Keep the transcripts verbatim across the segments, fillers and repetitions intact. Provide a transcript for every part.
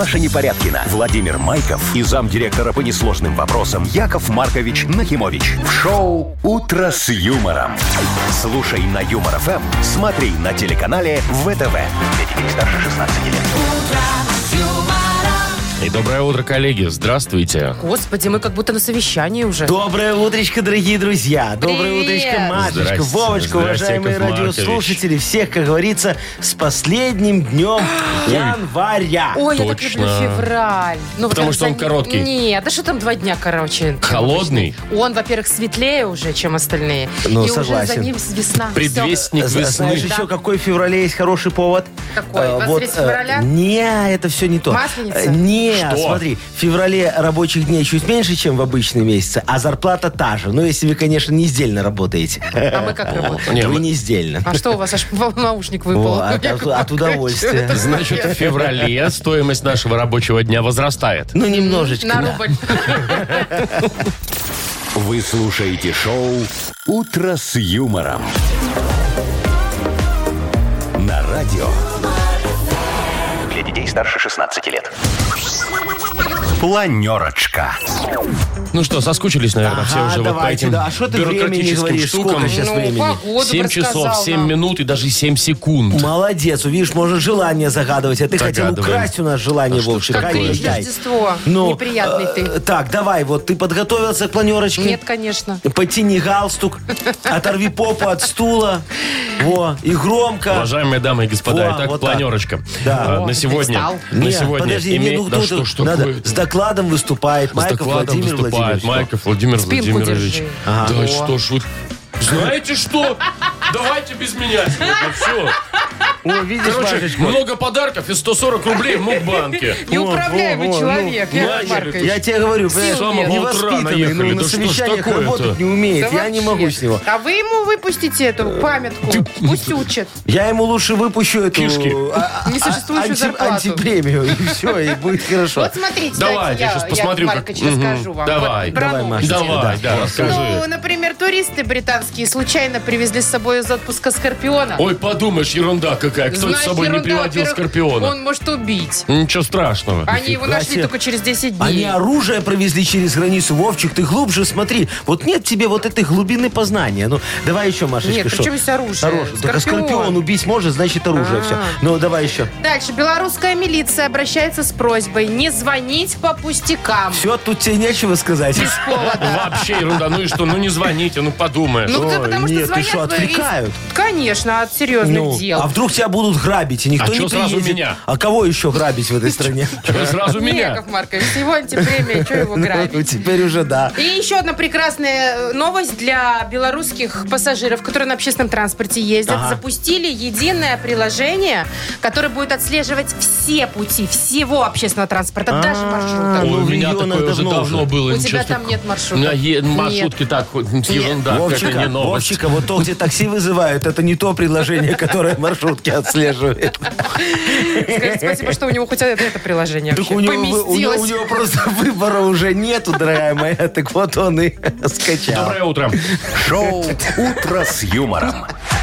Маша Непорядкина, Владимир Майков и замдиректора по несложным вопросам Яков Маркович Нахимович. В шоу «Утро с юмором». Слушай на Юмор ФМ, смотри на телеканале ВТВ. Для детей старше шестнадцати лет. И доброе утро, коллеги. Здравствуйте. Господи, мы как будто на совещании уже. Доброе утречко, дорогие друзья. Доброе Привет. утречко, Машечка, Здрасте. Вовочка, Здрасте, уважаемые Яков радиослушатели. Всех, как говорится, с последним днем января. Ой, я так Точно. люблю февраль. Ну, Потому вот что он за- короткий. Нет, да что там два дня, короче. Холодный? Он, во-первых, светлее уже, чем остальные. Ну, И согласен. уже за ним весна. Предвестник Зна- Знаешь весны. еще, какой в феврале есть хороший повод? Какой? Э, двадцать третьего э, февраля? Не, это все не то. Масленица? Э, Не, Что? смотри, в феврале рабочих дней чуть меньше, чем в обычные месяцы, а зарплата та же. Ну, если вы, конечно, не сдельно работаете. А мы как работаем? Не, Вы мы- не сдельно. А что у вас аж наушник выпал? О, от- Яков от- от Маркович? удовольствия. Это Значит, в феврале стоимость нашего рабочего дня возрастает. Ну, немножечко. на да. рубль. Вы слушаете шоу «Утро с юмором». На радио. Для детей старше шестнадцати лет. Планерочка. Ну что, соскучились, наверное, все Ага, уже вот по давайте, этим да. А что ты времени бюрократическим говоришь? штукам. Сколько сейчас Ну, времени? погоду семь бы часов, рассказал семь нам. минут и даже семь секунд. Молодец, видишь, можно желание загадывать. А ты хотел Загадываем. украсть у нас желание, А что ж Вовчик. такое? Как видишь, Ай-яй-яй. Рождество. Ну, Неприятный э, ты. Так, давай, вот ты подготовился к планерочке? Нет, конечно. Потяни галстук, оторви попу от стула. Во, и громко. Уважаемые дамы и господа, Во, итак, вот так. планерочка. Да. А, О, на сегодня, пристал. на Не, сегодня подожди, не, име- ну да тут что ж надо, такое-то? с докладом выступает С Майков докладом Владимир выступает Владимирович. Майков Владимир Спинку Владимирович. держи. Ага. Да О. что ж вы... Знаете что? Давайте без меня сегодня. Все. О, видишь, Короче, Машечка? много подарков и сто сорок рублей в Мудбанке. Неуправляемый Во, во, человек, ну, Яков ну, Маркович. Я тебе говорю, С понимаешь, самого утра невоспитанный, наехали. ну, на Да что ж совещаниях такое-то? работать не умеет. Да Я не вообще. могу с него. А вы ему выпустите эту памятку. Пусть учат. Я ему лучше выпущу эту Кишки. а, а, Несуществующую анти- зарплату. антипремию, и все, и будет хорошо. Вот смотрите, Давайте, я давайте сейчас посмотрю, Яков как- Маркович, Мгм. расскажу вам. Давай. Вот про Давай, новости. Машечка. Давай, да, Да. расскажи. Ну, например, туристы британские случайно привезли с собой из отпуска скорпиона. Ой, подумаешь, ерунда какая. Кто Знаешь, с собой не ерунда, приводил во-первых, скорпиона? Он может убить. Ничего страшного. Они его Нифига нашли себе. только через десять дней. Они оружие провезли через границу. Вовчик, ты глубже смотри. Вот нет тебе вот этой глубины познания. Ну, давай еще, Машечка, Нет, при что? чем здесь оружие? Хорош. Так а Скорпион. скорпион убить может, значит оружие А. все. Ну, давай еще. Дальше. Белорусская милиция обращается с просьбой не звонить по пустякам. Все, тут тебе нечего сказать. Без повода. Вообще ерунда. Ну и что? Ну не звоните, ну подумаешь. Ну, да, Ой, потому нет, что ты звонят... что, из- отвлекают? Конечно, от серьезных Ну, дел. а вдруг тебя будут грабить, и никто А не чё сразу приедет? меня? А кого еще грабить в этой стране? Чего сразу Не, меня? Яков Маркович, его антипремия, что его Ну, грабить? теперь уже да. И еще одна прекрасная новость для белорусских пассажиров, которые на общественном транспорте ездят. Ага. Запустили единое приложение, которое будет отслеживать все пути всего общественного транспорта, даже маршрута. Ой, Ну, у в меня регионах такое уже давно давно уже. было. У ничего тебя там такого. нет маршрута. У меня е- Нет. маршрутки так, вот, ерунда, это Вовчика, не новость. Вовчика, вот то, где такси вызывают, это не то приложение, которое маршрутки отслеживает. Скажите спасибо, что у него хоть это, это приложение Так вообще у него, у, него, поместилось. у него просто выбора уже нету, дорогая моя. Так вот он и скачал. Доброе утро. Шоу «Утро с юмором».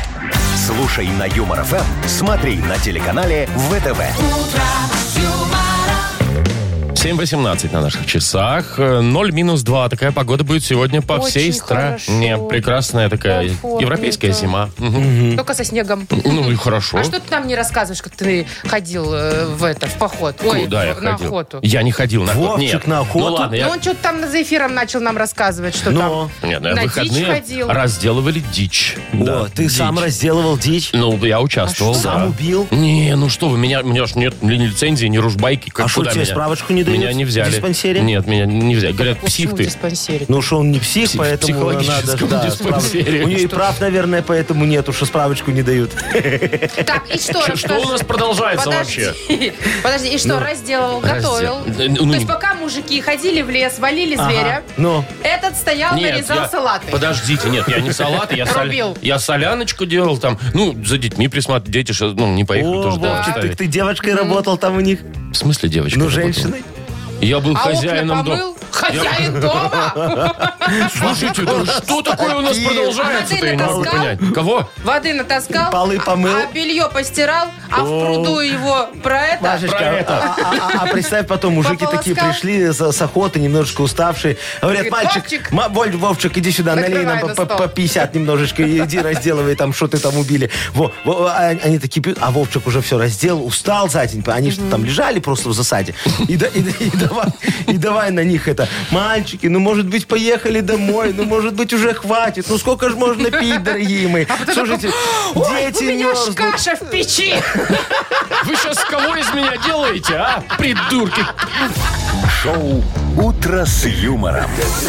Слушай на Юмор ФМ, смотри на телеканале ВТВ. семь восемнадцать на наших часах. ноль минус два. Такая погода будет сегодня по Очень всей стране. хорошо. Прекрасная такая Комфортненько. европейская зима. Мгм. Только со снегом. Ну и хорошо. А что ты нам не рассказываешь, как ты ходил э, в это, в поход? Ой, Куда я в- на ходил? охоту. Я не ходил на охоту. Вовчик, Нет. на охоту? Ну ладно, Ну, я... он что-то там за эфиром начал нам рассказывать, что Но. там Нет, ну, я на в дичь выходные ходил. разделывали дичь. О, Да, ты сам дичь. разделывал дичь? Ну, я участвовал, А что? да. Сам убил? Не, ну что вы, меня, у меня ж нет ни лицензии, ни ружбайки. Как, А что, куда тебе меня? справочку не дают Меня не взяли. в диспансере? Нет, меня не взяли. Говорят, Почему псих в ты. диспансере? Ну, что он не псих, Псих- поэтому надо... психологическом да, диспансере. справ- У нее и Что? прав, наверное, поэтому нету, что справочку не дают. Так, и что? Что, расскажи? что у нас продолжается Подожди. вообще? Подожди, и что, разделал, готовил? раздел- ну, То есть пока мужики ходили в лес, валили зверя, Ну, этот стоял, нарезал я- салаты. Подождите, нет, я не салаты, я, соль- Рубил. я соляночку делал там. Ну, за детьми присматривать. Дети же, ну, не поехали о, тоже дома Вовчик, так ставить. ты девочкой работал там у них? В смысле девочка? Ну, работала? женщиной. Я был А окна хозяином дома. помыл? Хозяин дома. Слушайте, да что такое у нас продолжается-то, я не могу натаскал? понять. Кого? Воды натаскал, Полы помыл. а белье постирал, а в пруду его про это... Машечка, Про это. а, а- а представь, потом мужики Пополоскал. такие пришли с, с охоты, немножечко уставшие. Говорят, Говорит, мальчик, Вовчик. ма- Воль, Вовчик, иди сюда, налей Накрывай нам на по, стол. по пятьдесят немножечко, иди разделывай там, что ты там убили. Во, во, а они такие пьют, а Вовчик уже все разделал, устал за день. Они что там лежали просто в засаде. И, да- и да- и давай, и давай на них это, мальчики, ну может быть поехали домой, ну может быть уже хватит, ну сколько же можно пить, дорогие мои. Слушайте, Ой, дети у меня ж мерзнут. каша в печи. Вы сейчас кого из меня делаете, а? Придурки. Шоу «Утро с юмором».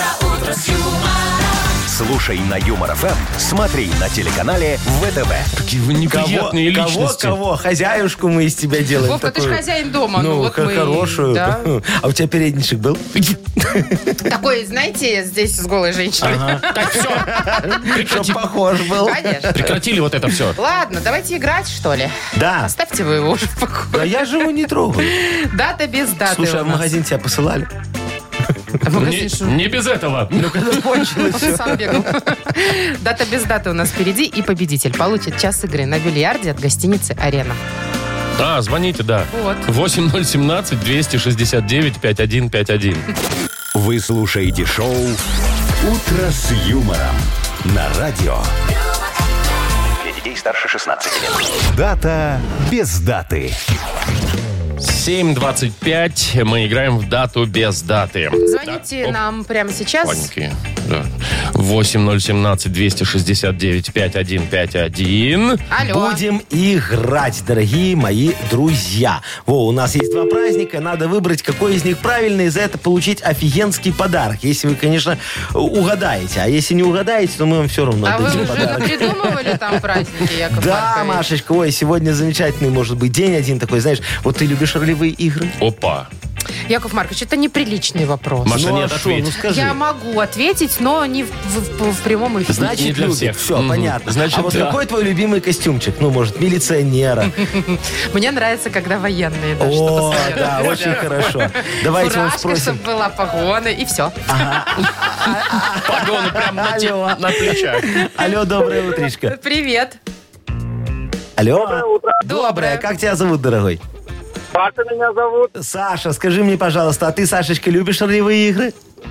Слушай на Юмор ФМ, смотри на телеканале ВТВ. Какие вы неприятные Кого, личности. кого, кого? Хозяюшку мы из тебя делаем. Вовка, ты ж такую. хозяин дома. Ну, Ну, вот х- мы... хорошую. да. А у тебя передничек был? Такой, знаете, здесь с голой женщиной. Так, все. Чтоб похож был. Конечно. Прекратили вот это все. Ладно, давайте играть, что ли. Да. Оставьте вы его уже в покое. Да я же его не трогаю. Дата без даты Слушай, а у в нас. магазин тебя посылали? В магазин Не, что? не без этого. Ну, когда кончилось все. Сам бегал. Дата без даты у нас впереди, и победитель получит час игры на бильярде от гостиницы «Арена». А, звоните, да. Вот. восемь ноль семнадцать двести шестьдесят девять пятьдесят один пятьдесят один. Вы слушаете шоу «Утро с юмором» на радио. Для детей старше шестнадцати лет. Дата без даты. семь двадцать пять. Мы играем в дату без даты. Звоните Да. Оп, нам прямо сейчас. Паники. Да. восемь ноль семнадцать двести шестьдесят девять пятьдесят один пятьдесят один. Алло. Будем играть, дорогие мои друзья. Во, у нас есть два праздника. Надо выбрать, какой из них правильный, и за это получить офигенский подарок. Если вы, конечно, угадаете. А если не угадаете, то мы вам все равно А вы дадим уже подарок. придумывали там праздники, Яков Да, Маркович? Машечка, ой, сегодня замечательный, может быть, день один такой, знаешь, вот ты любишь ролевые игры? Опа. Яков Маркович, это неприличный вопрос. Маша, Ну, нет, а шо, ответь. ну скажи. Я могу ответить, но не в, в- в прямом эфире. Значит, Не для любит. всех. Все, Мгм. понятно. Значит, а вот да. какой твой любимый костюмчик? Ну, может, милиционера. Мне нравится, когда военные да, О, что-то советуют. да, очень хорошо. Давайте вам Фуражка, спросим. чтобы была, погоны, и все. Погоны прям на, те- Алло. на плечах. Алло, доброе утречко. Привет. Алло. Доброе утро. Доброе. Как тебя зовут, дорогой? Паша меня зовут. Саша, скажи мне, пожалуйста, а ты, Сашечка, любишь ролевые игры?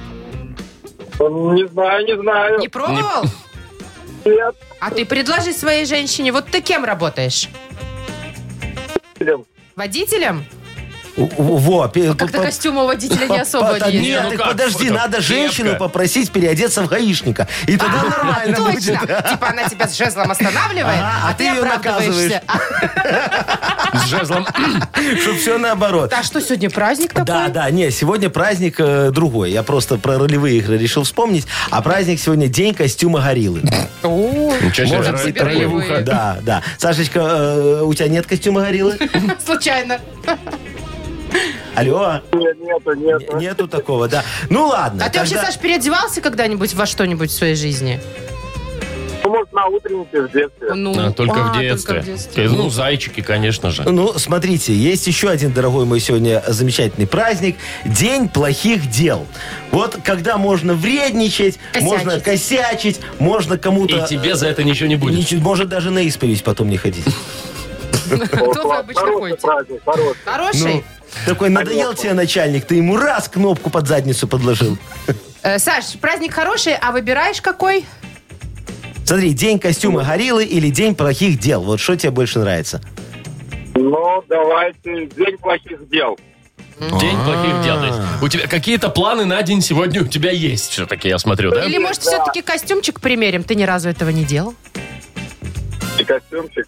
Не знаю, не знаю. Не пробовал? Нет. А ты предложи своей женщине. Вот ты кем работаешь? Водителем? У- у- Во, пе- Как-то по- костюма у водителя не особо по- есть. Не, Нет, ну так как, подожди, это надо кепка. женщину попросить переодеться в гаишника. И тогда А, нормально точно. будет. Типа она тебя с жезлом останавливает, Ага, а, а ты ты её оправдываешься. С жезлом. Чтобы все наоборот. А что, сегодня праздник такой? Да, да, не, сегодня праздник э, другой. Я просто про ролевые игры решил вспомнить. А праздник сегодня день костюма гориллы. О, Ничего себе, может ро- себе ролевуха. ролевые. Да, да. Сашечка, э, у тебя нет костюма гориллы? Случайно. Алло? Нет, нету, нету. Нету такого, да. Ну ладно. А ты вообще, тогда- Саш, переодевался когда-нибудь во что-нибудь в своей жизни? Ну, может, на утреннике в детстве. Ну, А, только, а, в детстве. только в детстве. Ну, зайчики, конечно же. Ну, смотрите, есть еще один, дорогой мой, сегодня замечательный праздник. День плохих дел. Вот когда можно вредничать, Косячить. можно косячить, можно кому-то... И тебе за это ничего не будет. Ничего, может даже на исповедь потом не ходить. Кто вы обычно Хороший ходите? праздник, хороший. Хороший? Ну, такой надоел тебе начальник, ты ему раз кнопку под задницу подложил. Э, Саш, праздник хороший, а выбираешь какой? Смотри, день костюма гориллы или день плохих дел. Вот что тебе больше нравится? Ну, давайте. День плохих дел. День плохих дел. То есть у тебя какие-то планы на день сегодня у тебя есть все-таки, я смотрю, да? Или, может, все-таки костюмчик примерим? Ты ни разу этого не делал? И костюмчик.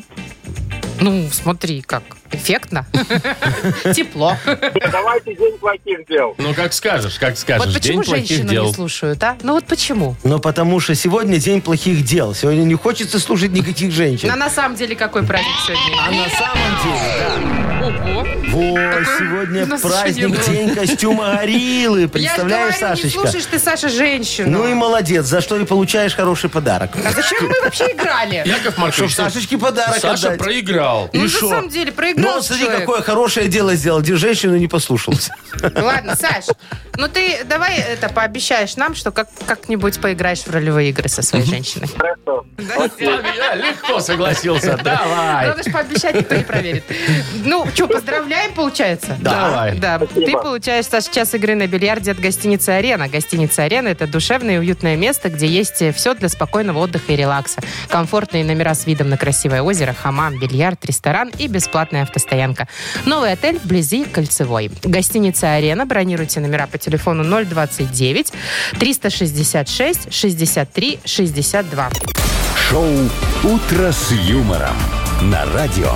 Ну, смотри, как эффектно. Тепло. Нет, давайте день плохих дел. Ну, как скажешь, как скажешь. Вот почему День плохих женщину дел. не слушают, а? Ну вот почему? Ну, потому что сегодня день плохих дел. Сегодня не хочется слушать никаких женщин. А на самом деле какой праздник сегодня? А на самом деле, да. Ого. Вот, сегодня у нас еще не праздник, было. день костюма гориллы. Я ж Представляешь, говорю, не Сашечка? слушаешь ты, Саша, женщину. Ну и молодец, за что и получаешь хороший подарок. А зачем мы вообще играли? Яков Чтоб Маркович, Сашечке подарок Саша отдать. проиграл. Ну, И на шо? самом деле, проиграл. Но он, смотри, человек. какое хорошее дело сделал, где женщину не послушался. Ладно, Саш, ну ты давай это пообещаешь нам, что как- как-нибудь поиграешь в ролевые игры со своей женщиной. Хорошо. Я легко согласился. Давай. Надо же пообещать, никто не проверит. Ну, что, поздравляем, получается? Давай. Да, ты получаешь, Саш, час игры на бильярде от гостиницы «Арена». Гостиница «Арена» — это душевное и уютное место, где есть все для спокойного отдыха и релакса. Комфортные номера с видом на красивое озеро, хамам, бильярд, ресторан и бесплатная автостоянка. Новый отель вблизи Кольцевой. Гостиница «Арена». Бронируйте номера по телефону ноль двадцать девять триста шестьдесят шесть шестьдесят три шестьдесят два. Шоу «Утро с юмором» на радио.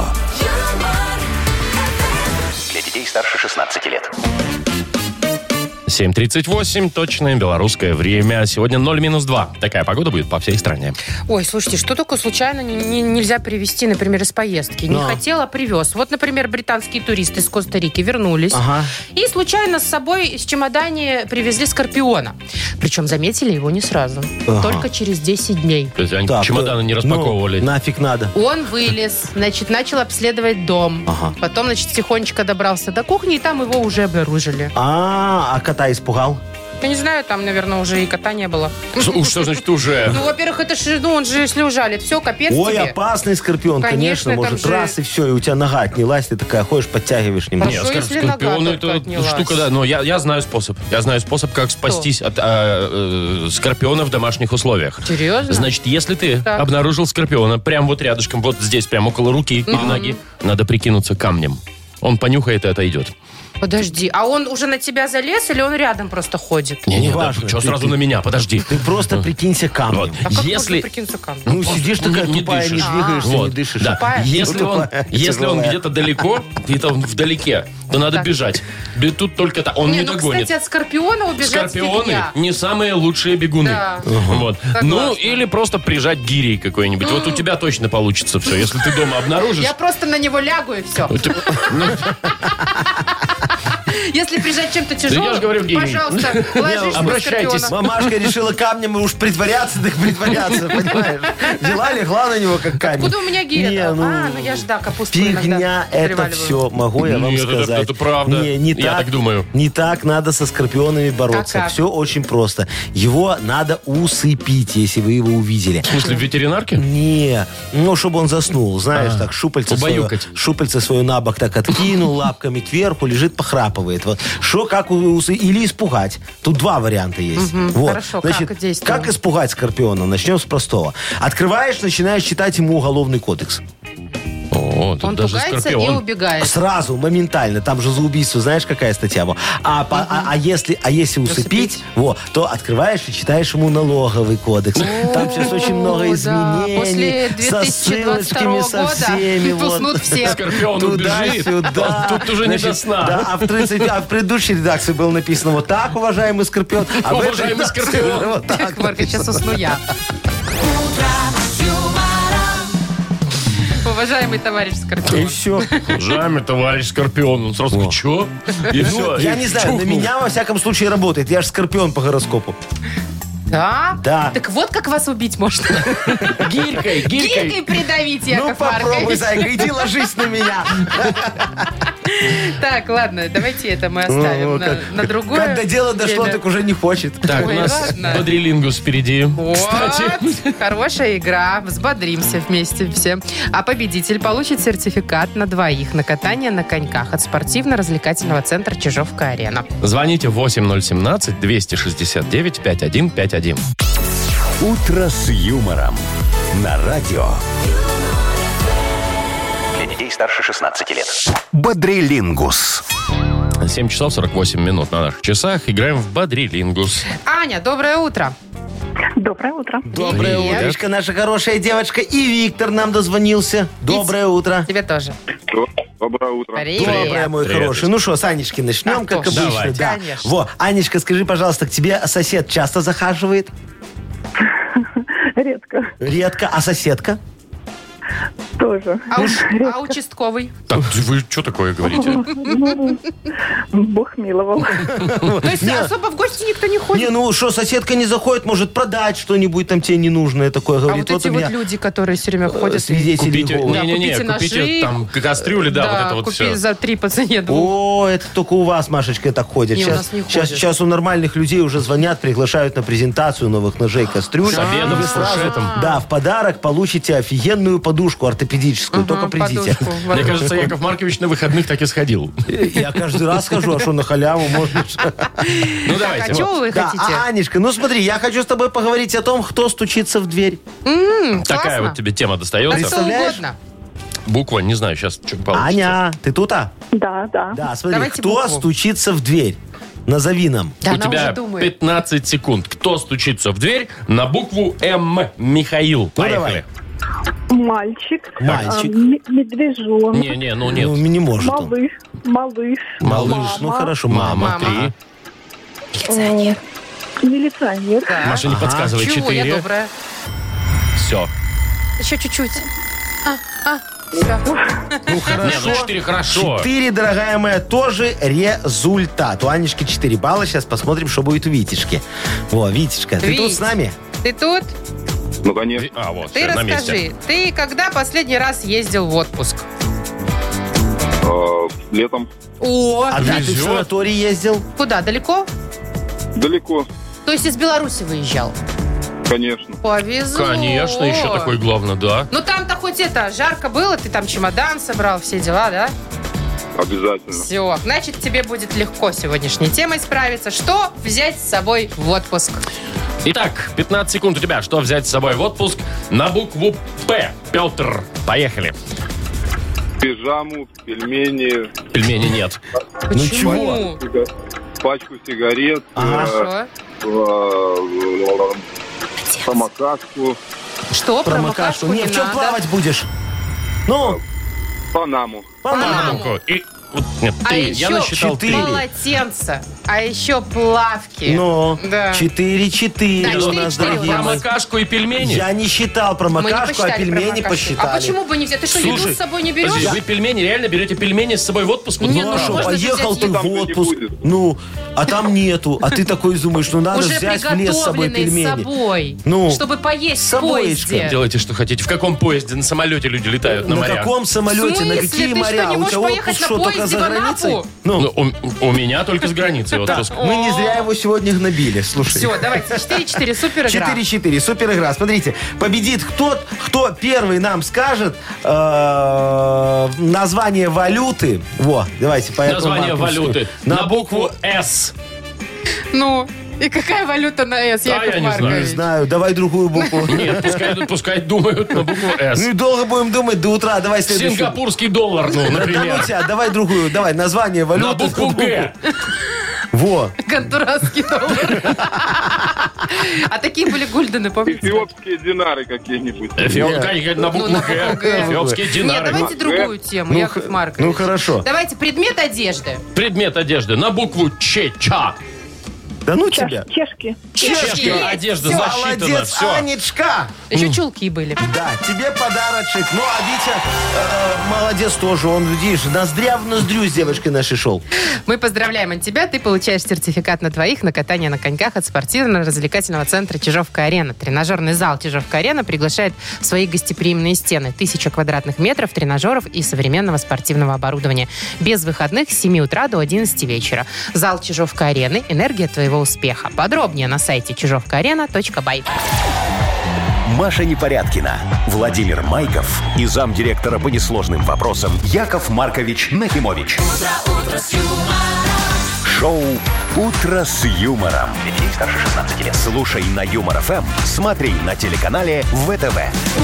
Для детей старше шестнадцати лет. семь тридцать восемь, точное белорусское время. Сегодня ноль минус два. Такая погода будет по всей стране. Ой, слушайте, что такое случайно не- не- нельзя привезти, например, из поездки? Не Да. хотел, а привез. Вот, например, британские туристы из Коста-Рики вернулись. Ага. И случайно с собой из чемодане привезли скорпиона. Причем заметили его не сразу. Ага. Только через десять дней. То есть они Так, чемоданы не ну, распаковывали. нафиг надо. Он вылез, значит, начал обследовать дом. Ага. Потом, значит, тихонечко добрался до кухни, и там его уже обнаружили. А, а кота испугал? Я не знаю, там, наверное, уже и кота не было. Что, что значит уже? Ну, во-первых, это же, ну, он же, если ужалит, все, капец Ой, тебе. опасный скорпион, Конечно, конечно, там может, же- раз и все, и у тебя нога отнялась, ты такая ходишь, подтягиваешь немного. Хорошо, Нет, если скор- скорпионы нога только это отнялась. штука, да. Но я, я знаю способ. Я знаю способ, как спастись от а, э, скорпиона в домашних условиях. Серьезно? Значит, если ты Так. обнаружил скорпиона прямо вот рядышком, вот здесь, прямо около руки или ноги, надо прикинуться камнем. Он понюхает и отойдет. Подожди, а он уже на тебя залез или он рядом просто ходит? Не-не, да, Неважно, что ты- сразу ты- на меня? Подожди. Ты просто прикинься камнем. Вот. А как Если... можно прикинуться камнем? Ну, сидишь такая не тупая, не дышишь. двигаешься, Вот, не дышишь. да. Тупая? Если Ну, он, тупая, если он тяжелая. где-то далеко, где-то вдалеке, то надо Так. бежать. Бе- Тут только так. Он не, ну, догонит. кстати, от скорпиона убежать Скорпионы фигня. не самые лучшие бегуны. Да. Вот. Согласна. Ну, или просто прижать гирей какой-нибудь. Вот у тебя точно получится все. Если ты дома обнаружишь... Я просто на него лягу и все. ты- ну, Если прижать чем-то тяжелым, я ж говорю, гений. пожалуйста, ложись на обращайтесь. скорпиона. Мамашка решила камнем уж притворяться, так притворяться, понимаешь? Взяла, легла на него, как камень. Откуда у меня гиря? Не, А, ну, ну я ж, да, капусту Фигня иногда это приваливаю. все, могу я вам Нет, это- сказать. это правда. Не, не Я так думаю. Не так надо со скорпионами бороться. А как? Все очень просто. Его надо усыпить, если вы его увидели. В смысле, в ветеринарке? Не, ну, чтобы он заснул, знаешь, А, так, шупальце свое, убаюкать. шупальце свое на бок так откинул, лапками кверху, лежит, похрапывает. Вот. Шо, как у- усы- или испугать. Тут два варианта есть. Вот. хорошо, как действуем? как испугать скорпиона? Начнем с простого. Открываешь, начинаешь читать ему уголовный кодекс. О, тут Он даже пугается и скорпион. убегает. Сразу, моментально. Там же за убийство, знаешь, какая статья? Во. А, по- а, а если, а если усыпить, во, то открываешь и читаешь ему налоговый кодекс. Там сейчас очень много да, изменений. после со две тысячи двадцать второго ссылочками, со года всеми. вот. уснут все. Скорпион убежит. Туда-сюда. Он тут уже не до сна. Да, а в, тридцать а в предыдущей редакции было написано вот так, уважаемый скорпион. А в этой Уважаемый редакции скорпион. Вот так. Яков Маркович, сейчас усну я. Уважаемый товарищ И Скорпион. все. Уважаемый товарищ Скорпион. Он сразу говорит, что? И все. Ну, я не знаю, на меня во всяком случае работает. Я же скорпион по гороскопу. Да? Да. Так вот как вас убить можно. Гирькой, Гирькой гирькой. придавить, Ну Яков попробуй, Маркович. зайка, иди ложись на меня. Так, ладно, давайте это мы оставим Ну, на, как- на другое Как до дела дошло, время. так уже не хочет. Так, у Ой, нас ладно. бодрилингус впереди. Вот, Кстати. хорошая игра, взбодримся вместе все. А победитель получит сертификат на двоих на катание на коньках от спортивно-развлекательного центра Чижовка-Арена. Звоните восемь ноль семнадцать двести шестьдесят девять пятьдесят один пятьдесят один. «Утро с юмором» на радио. Для детей старше шестнадцати лет. Бодрилингус. семь часов сорок восемь минут на наших часах. Играем в бодрилингус. Аня, доброе утро. Доброе утро. Доброе Привет. утречко, наша хорошая девочка. И Виктор нам дозвонился. Доброе утро. Тебе тоже. Доброе утро. Привет. Доброе, мой Привет. хороший. Ну что, с Анечки начнем, А, как точно. обычно. Давайте. Да. Конечно. Во, Анечка, скажи, пожалуйста, к тебе сосед часто захаживает? Редко. Редко. А соседка? Тоже. А, уч- а участковый? Так, вы что такое говорите? Ну, Бог миловал. То есть особо в гости никто не ходит? Не, ну что, соседка не заходит, может продать что-нибудь там тебе ненужное такое. А Говорит, вот эти у вот меня люди, которые все время ходят... свидетели Купите, Иеговы. Да, не-не-не, купите купите ножи. там кастрюли, да, вот это вот купи все. за три по цене двух. О, это только у вас, Машечка, так ходят. Не, у сейчас, нас не сейчас, ходят. сейчас у нормальных людей уже звонят, приглашают на презентацию новых ножей, кастрюль. С обедом, И вы с сразу, фуршетом. да, в подарок получите офигенную подушку ортопедическую. Только придите. Подушку. Мне кажется, Яков Маркович на выходных так и сходил. Я каждый раз хожу, а что на халяву можно? Ну, Так, давайте. а вот. чего вы Да, хотите? а, Анечка, ну смотри, я хочу с тобой поговорить о том, кто стучится в дверь. Такая классно. вот тебе тема А достается. кто Представляешь? угодно. Буква, не знаю, сейчас что получится. Аня, ты тут, а? Да, да. Да, смотри, Давайте кто букву. стучится в дверь? Назови нам. Да, У она тебя уже думает. пятнадцать секунд. Кто стучится в дверь на букву М? Михаил. Поехали. Мальчик. Мальчик. а, м- Медвежонок. Не-не, ну нет. Ну, не может он. Малыш. Малыш. Малыш, Ну мама, хорошо, Мама, мама. три. э, Милиционер. Так. Маша, не подсказывай. Чего, я Четыре. добрая. Все. Еще чуть-чуть. А, а, все. Ну Не, хорошо. ну четыре хорошо. Четыре, дорогая моя, тоже результат. У Анечки четыре балла. Сейчас посмотрим, что будет у Витечки. Во, Витечка, ты тут Вить. с нами? Ты тут? Ну, конечно. А, вот, Ты всё, на месте. расскажи, ты когда последний раз ездил в отпуск? Э, Летом О, А да, ты в Везет. санаторий ездил? куда, далеко? далеко, То есть из Беларуси выезжал? конечно. Повезло. Конечно, еще такой главное, да. Ну там-то хоть это, жарко было, ты там чемодан собрал, все дела, да? Обязательно. Все, значит, тебе будет легко сегодняшней темой справиться. Что взять с собой в отпуск? Итак, пятнадцать секунд у тебя. Что взять с собой в отпуск на букву П? Петр. Поехали. Пижаму, пельмени, Пельмени нет. Почему? сига- пачку сигарет, Ага. э, Хорошо. э, самокатку, Что, Промокашку. промокашку не Не, в чем надо? плавать будешь? Ну, панаму. Панаму. Панамку. И вот, нет, А три. еще Я насчитал три. четыре. полотенце, а еще плавки. Ну, Да. четыре-четыре Да, у нас, четыре-четыре дорогие у нас. мои. Промокашку и пельмени? Я не считал Мы не промокашку, а посчитали пельмени промокашку. посчитали. А почему бы нельзя? Ты что, еду Слушай, с собой не берешь? Подожди, вы пельмени, реально берете пельмени с собой в отпуск? Вот Не, вот ну Ну, а правда. что, можно же поехал взять ты еду. в Там-то не отпуск, будет. ну, а там нету. А ты такой думаешь, ну надо Уже взять в лес с собой приготовленный с пельмени. собой. Ну, чтобы поесть с в собоечкой. поезде. Делайте, что хотите. В каком поезде? На самолете люди летают, на На моря. каком самолете, В на смысле? какие Ты моря? что, не У можешь тебя поехать отпуск на что, только поезде за в Анапу? границей? Ну, Ну, у, у меня только с границы да, отпуск. мы не зря его сегодня гнобили, слушай. Все, давайте. четыре-четыре, супер игра. четыре-четыре, супер игра. Смотрите, победит кто, кто первый нам скажет э, название валюты. Во, давайте по этому Название маркеру. валюты. На букву С. Ну, и какая валюта на «С», Да, Яков я не знаю. Не Маркович? знаю, давай другую букву. Нет, пускай, пускай думают на букву С. Ну и долго будем думать до утра. Давай следующую. Сингапурский доллар, ну, Да ну например. тебя, давай другую. Давай название валюты. На букву Г. Во. Гондурасский доллар. А такие были гульдены, помните? Эфиопские динары какие-нибудь. Эфиоп- Нет. На Ну, букву на Г. букву Г. Эфиопские Нет, динары. давайте другую тему, Ну, Яков х- Маркович. ну, хорошо. Давайте предмет одежды. Предмет одежды на букву Ч. Ча. Да ну Чаш- тебя. Чешки. Чешки, одежда Всё. засчитана. Молодец, Все. Анечка. Еще чулки были. Да, тебе подарочек. Ну, а Витя э, молодец тоже. Он, видишь, ноздря в ноздрю с девочкой нашей шел. Мы поздравляем тебя. Ты получаешь сертификат на двоих на катание на коньках от спортивно-развлекательного центра «Чижовка-арена». Тренажерный зал «Чижовка-арена» приглашает в свои гостеприимные стены. Тысяча квадратных метров тренажеров и современного спортивного оборудования. Без выходных с семи утра до одиннадцати вечера. Зал «Чижовка-арены» – энергия твоего успеха. Подробнее на сайте чижовка арена точка бай. Маша Непорядкина, Владимир Майков и замдиректора по несложным вопросам Яков Маркович Нахимович. Шоу «Утро с юмором». Для детей старше шестнадцати лет. Слушай на Юмор ФМ, смотри на телеканале ВТВ.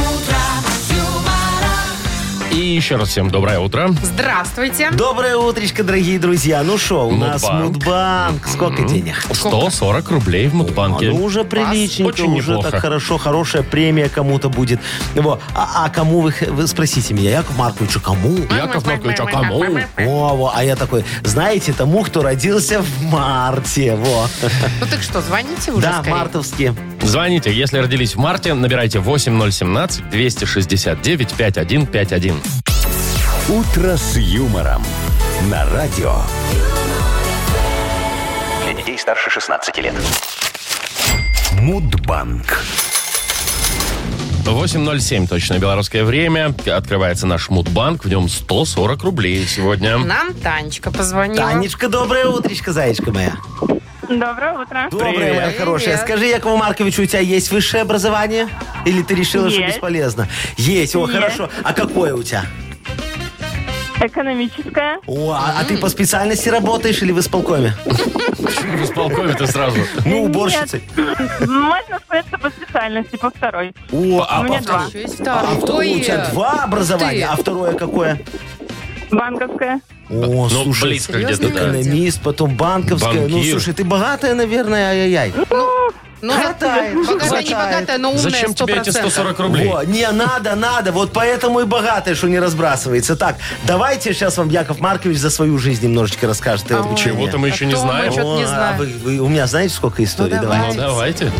И еще раз всем доброе утро. Здравствуйте. Доброе утречко, дорогие друзья. Ну что, у нас Мудбанк. Мудбанк. Сколько денег? сто сорок рублей в А, Мудбанке. ну, уже приличненько, Очень уже неплохо. так хорошо, хорошая премия кому-то будет. Вот. А, а кому вы, х- вы спросите меня, Яков Маркович, а кому? Яков Маркович, а кому? О, во, а я такой, знаете, тому, кто родился в марте. Во. Ну так что, звоните уже Да, скорее. мартовские. Звоните, если родились в марте, набирайте восемь ноль один семь двести шестьдесят девять пятьдесят один пятьдесят один. «Утро с юмором» на радио. Для детей старше шестнадцати лет. Мудбанк. восемь ноль семь, точное белорусское время. Открывается наш Мудбанк. В нем сто сорок рублей сегодня. Нам Танечка позвонила. Танечка, доброе утречко, зайчка моя. Доброе утро. Доброе, Привет. моя хорошая. Привет. Скажи, Якову Марковичу, у тебя есть высшее образование? Или ты решила, что Есть. бесполезно? Есть, о, Есть. хорошо. А какое у тебя? Экономическая. О, а, а ты по специальности работаешь или в исполкоме? Почему в исполкоме-то сразу? Ну, уборщицей. Можно сказать, что по специальности, по второй. О, а У меня по два. Еще есть А второй. вто- Ой, у тебя два образования, ты. а второе какое? Банковская. О, Ну, слушай, близко серьезно? где-то, да. экономист, потом банковская. Ну, Банкир. слушай, ты богатая, наверное, ай-яй-яй. Ну, Хватает, богатая, не хватает. богатая, но умная Зачем сто тебе эти процентов. сто сорок рублей? Во, не, надо, надо. Вот поэтому и богатая, что не разбрасывается. Так, давайте сейчас вам Яков Маркович за свою жизнь немножечко расскажет. и Ой. обучение. Чего-то мы еще не А то мы знаем. чё-то не О, а знаем. вы- вы- у меня знаете, сколько историй? Ну, Давайте. Ну, давайте.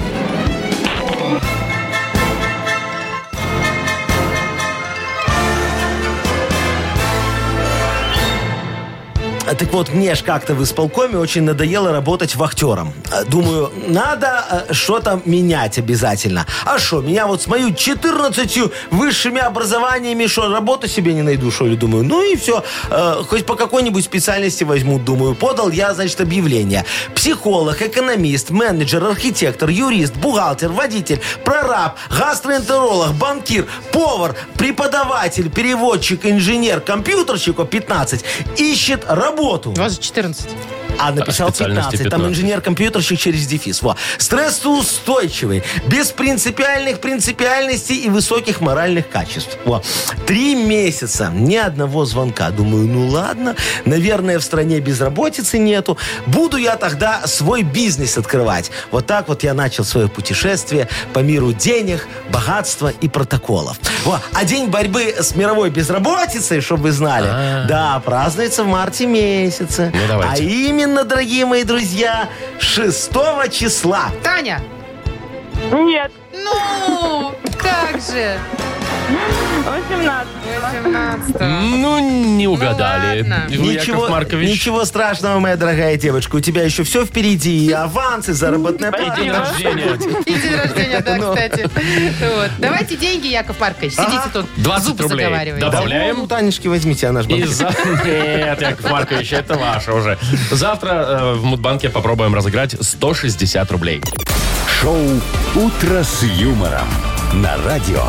А, Так вот, мне ж как-то в исполкоме очень надоело работать вахтером. А, Думаю, надо э, что-то менять обязательно. А что, меня вот с моими четырнадцатью высшими образованиями, что, работу себе не найду, что ли, думаю. Ну и все, э, хоть по какой-нибудь специальности возьму, думаю. Подал я, значит, объявление. Психолог, экономист, менеджер, архитектор, юрист, бухгалтер, водитель, прораб, гастроэнтеролог, банкир, повар, преподаватель, переводчик, инженер, компьютерщик, о, пятнадцать, ищет работу. У вас же четырнадцать. А написал специальности пятнадцать. Там пятнадцать. инженер-компьютерщик через дефис. Во. Стрессоустойчивый, без принципиальных принципиальностей и высоких моральных качеств. Во. Три месяца, ни одного звонка. Думаю, ну ладно, наверное, в стране безработицы нету. Буду я тогда свой бизнес открывать. Вот так вот я начал свое путешествие по миру денег, богатства и протоколов. Во. А день борьбы с мировой безработицей, чтобы вы знали, А. да, празднуется в марте месяце. Ну, давайте. А именно, дорогие мои друзья, шестого числа. Таня! Нет. Ну, как же? восемнадцать. восемнадцатого. Ну, не угадали. ладно. Вы, Ничего, Яков Маркович. ничего страшного, моя дорогая девочка. У тебя еще все впереди. И авансы, заработная И плата. день рождения. И день рождения, да, Ну. кстати. Вот. Давайте деньги, Яков Маркович. Сидите Ага. тут, двадцать зуб рублей. заговариваете. Добавь. Добавляем. Ну, Танечки, возьмите, она же И банкир. за... Нет, Яков Маркович, это ваше уже. Завтра э, в Мудбанке попробуем разыграть сто шестьдесят рублей. Шоу «Утро с юмором» на радио.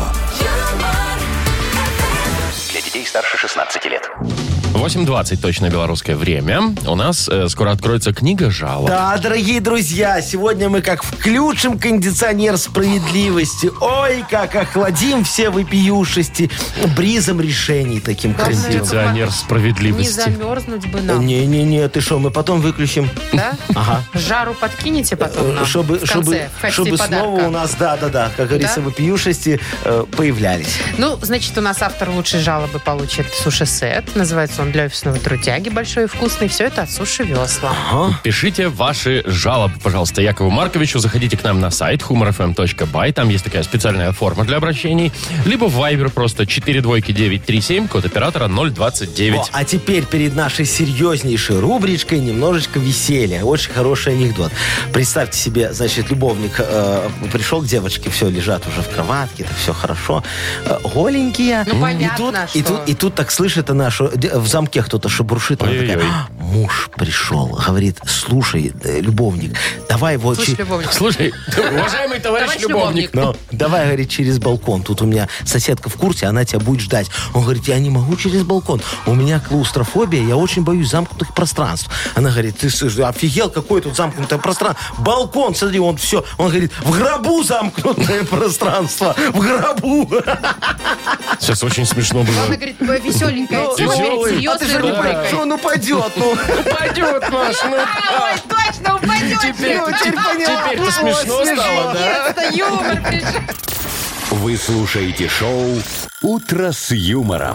Для детей старше шестнадцати лет. восемь двадцать точное белорусское время. У нас э, скоро откроется книга жалоб. Да, дорогие друзья, сегодня мы как включим кондиционер справедливости. Ой, как охладим все вопиюшести бризом решений таким Главное, красивым. Кондиционер Не справедливости. замерзнуть бы нам, Не-не-не, ты что, мы потом выключим. да? Ага. Жару подкинете потом нам чтобы, в конце, чтобы, в качестве чтобы подарка. снова у нас, да-да-да, как говорится, Да? вопиюшести э, появлялись. Ну, значит, у нас автор лучшей жалобы получит суши-сет. Называется он «Для офисного трудяги». Большой и вкусный. Все это от Суши Весла. Пишите ваши жалобы, пожалуйста, Якову Марковичу. Заходите к нам на сайт humor f m точка by. Там есть такая специальная форма для обращений. Либо в Viber просто четыре двойки девять три семь, код оператора ноль двадцать О, девять. а теперь перед нашей серьезнейшей рубричкой немножечко веселья. Очень хороший анекдот. Представьте себе, значит, любовник э, пришел к девочке, все, лежат уже в кроватке, так все хорошо. Э, голенькие. Ну, понятно, и тут, и, что. тут, и тут так слышит она, что де- в замке кто-то шебуршит. Она такая, Ой-ой-ой. «А, муж пришел. Говорит, слушай, э, любовник, давай его... Слушай, чи- любовник. Слушай, уважаемый товарищ Товарищ любовник. любовник. Ну, давай, говорит, через балкон. Тут у меня соседка в курсе, она тебя будет ждать. Он говорит, я не могу через балкон. У меня клаустрофобия, я очень боюсь замкнутых пространств. Она говорит, ты слышишь, офигел, какое тут замкнутое пространство? Балкон, смотри, он все. Он говорит, в гробу замкнутое пространство. В гробу. Сейчас очень смешно Она было. говорит, веселенькая Ну, тема веселый. перед А ты же серьезной не понимаешь, рубрикой. что он упадет. Ну, Пойдет наш, ну. Ой, точно, упадет. Теперь, Ну, теперь теперь, понятно. теперь-то Вот, смешно смешно. стало, да? Это юмор пришел. Вы слушаете шоу «Утро с юмором»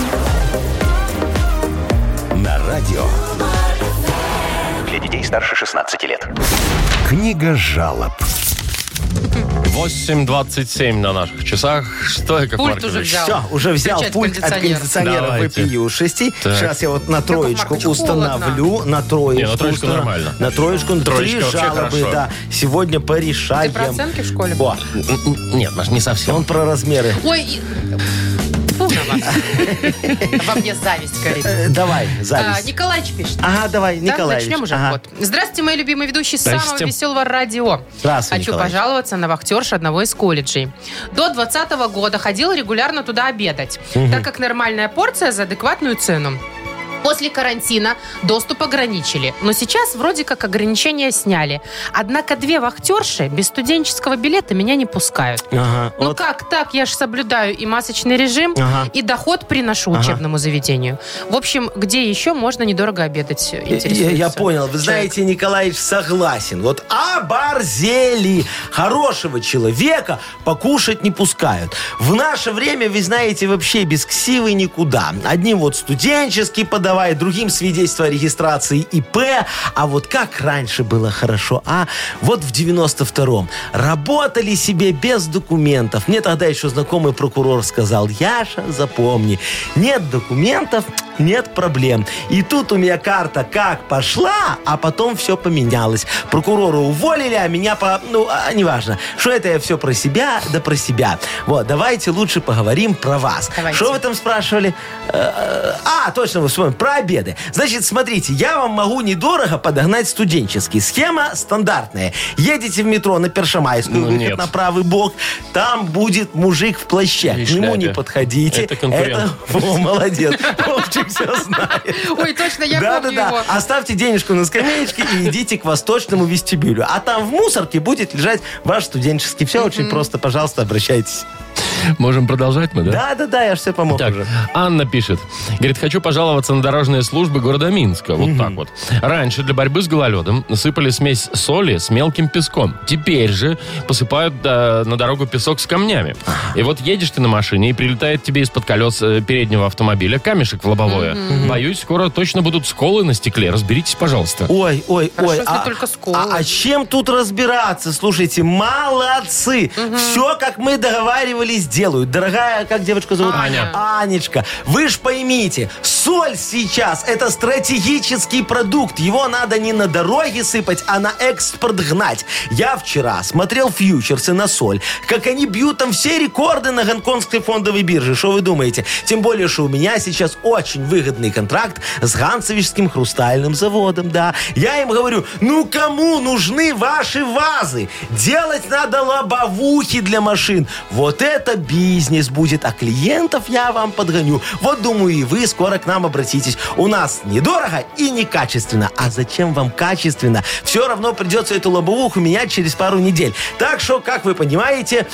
на радио. Для детей старше шестнадцати лет. Книга жалоб. восемь двадцать семь на наших часах. Что, Яков Пульт Маркович? уже взял. Все, уже взял Включать пульт от кондиционер. кондиционера Давайте. вопию шести. Так. Сейчас я вот на троечку Маркович, установлю. На троечку. Не, на троечку установ- нормально. На троечку. Троечка Три вообще жалобы, хорошо. да. Сегодня порешаем. Ты про оценки в школе? Во, Н- н- Нет, Маш, не совсем. он про размеры. Ой, и- Фу на вас. Во мне зависть горит. Э, Давай, А, зависть. Николаевич пишет. Ага, давай, Да, Николаевич. начнем уже Ага. ход. Здравствуйте, мои любимые ведущие самого Здрасте. веселого радио. Здравствуй, Хочу Николаевич. пожаловаться на вахтерш одного из колледжей. До двадцатого года ходила регулярно туда обедать, так как нормальная порция за адекватную цену. После карантина доступ ограничили, но сейчас вроде как ограничения сняли. Однако две вахтерши без студенческого билета меня не пускают. Ага, Ну вот. как так? Я же соблюдаю и масочный режим, Ага. и доход приношу Ага. учебному заведению. В общем, где еще можно недорого обедать? Я, интересуется я понял. Вы человек. знаете, Николаевич согласен. Вот оборзели. Хорошего человека покушать не пускают. В наше время, вы знаете, вообще без ксивы никуда. Одним вот студенческий подавай, другим свидетельство о регистрации ИП. А вот как раньше было хорошо, а? Вот в девяносто втором работали себе без документов. Мне тогда еще знакомый прокурор сказал: Яша, запомни, нет документов, нет проблем. И тут у меня карта как пошла, а потом все поменялось. Прокурора уволили, а меня по... Ну, а, неважно. Что это я все про себя, да про себя. Вот, давайте лучше поговорим про вас. Давайте. Что вы там спрашивали? Э, А, точно, вы вспомнили. Про обеды. Значит, смотрите, я вам могу недорого подогнать студенческий. Схема стандартная. Едете в метро на Першамайскую, Ну, выход нет. на правый бок. Там будет мужик в плаще. И К нему не шляпе. подходите. Это конкурент. Во, молодец. Вовчик все знает. Ой, точно, я да, помню да, его. да. Оставьте денежку на скамеечке и идите к восточному вестибюлю. А там в мусорке будет лежать ваш студенческий. Все очень просто. Пожалуйста, обращайтесь. Можем продолжать мы, да? Да, да, да, я же все помог Так, уже. Анна пишет. Говорит, хочу пожаловаться на дорожные службы города Минска. Вот так вот. Раньше для борьбы с гололедом насыпали смесь соли с мелким песком. Теперь же посыпают э, на дорогу песок с камнями. И вот едешь ты на машине, и прилетает тебе из-под колес э, переднего автомобиля камешек в лобовое. Боюсь, скоро точно будут сколы на стекле. Разберитесь, пожалуйста. Ой, ой, Хорошо, ой. если только сколы. а, а чем тут разбираться? Слушайте, молодцы. Все, как мы договаривались, делают. Дорогая, как девочку зовут? Аня. Анечка, вы ж поймите, соль сейчас это стратегический продукт. Его надо не на дороге сыпать, а на экспорт гнать. Я вчера смотрел фьючерсы на соль, как они бьют там все рекорды на гонконгской фондовой бирже. Что вы думаете? Тем более, что у меня сейчас очень выгодный контракт с Ганцевичским хрустальным заводом, да. Я им говорю, ну кому нужны ваши вазы? Делать надо лобовухи для машин. Вот это бизнес будет, а клиентов я вам подгоню. Вот, думаю, и вы скоро к нам обратитесь. У нас недорого и некачественно. А зачем вам качественно? Все равно придется эту лобовуху менять через пару недель. Так что, как вы понимаете,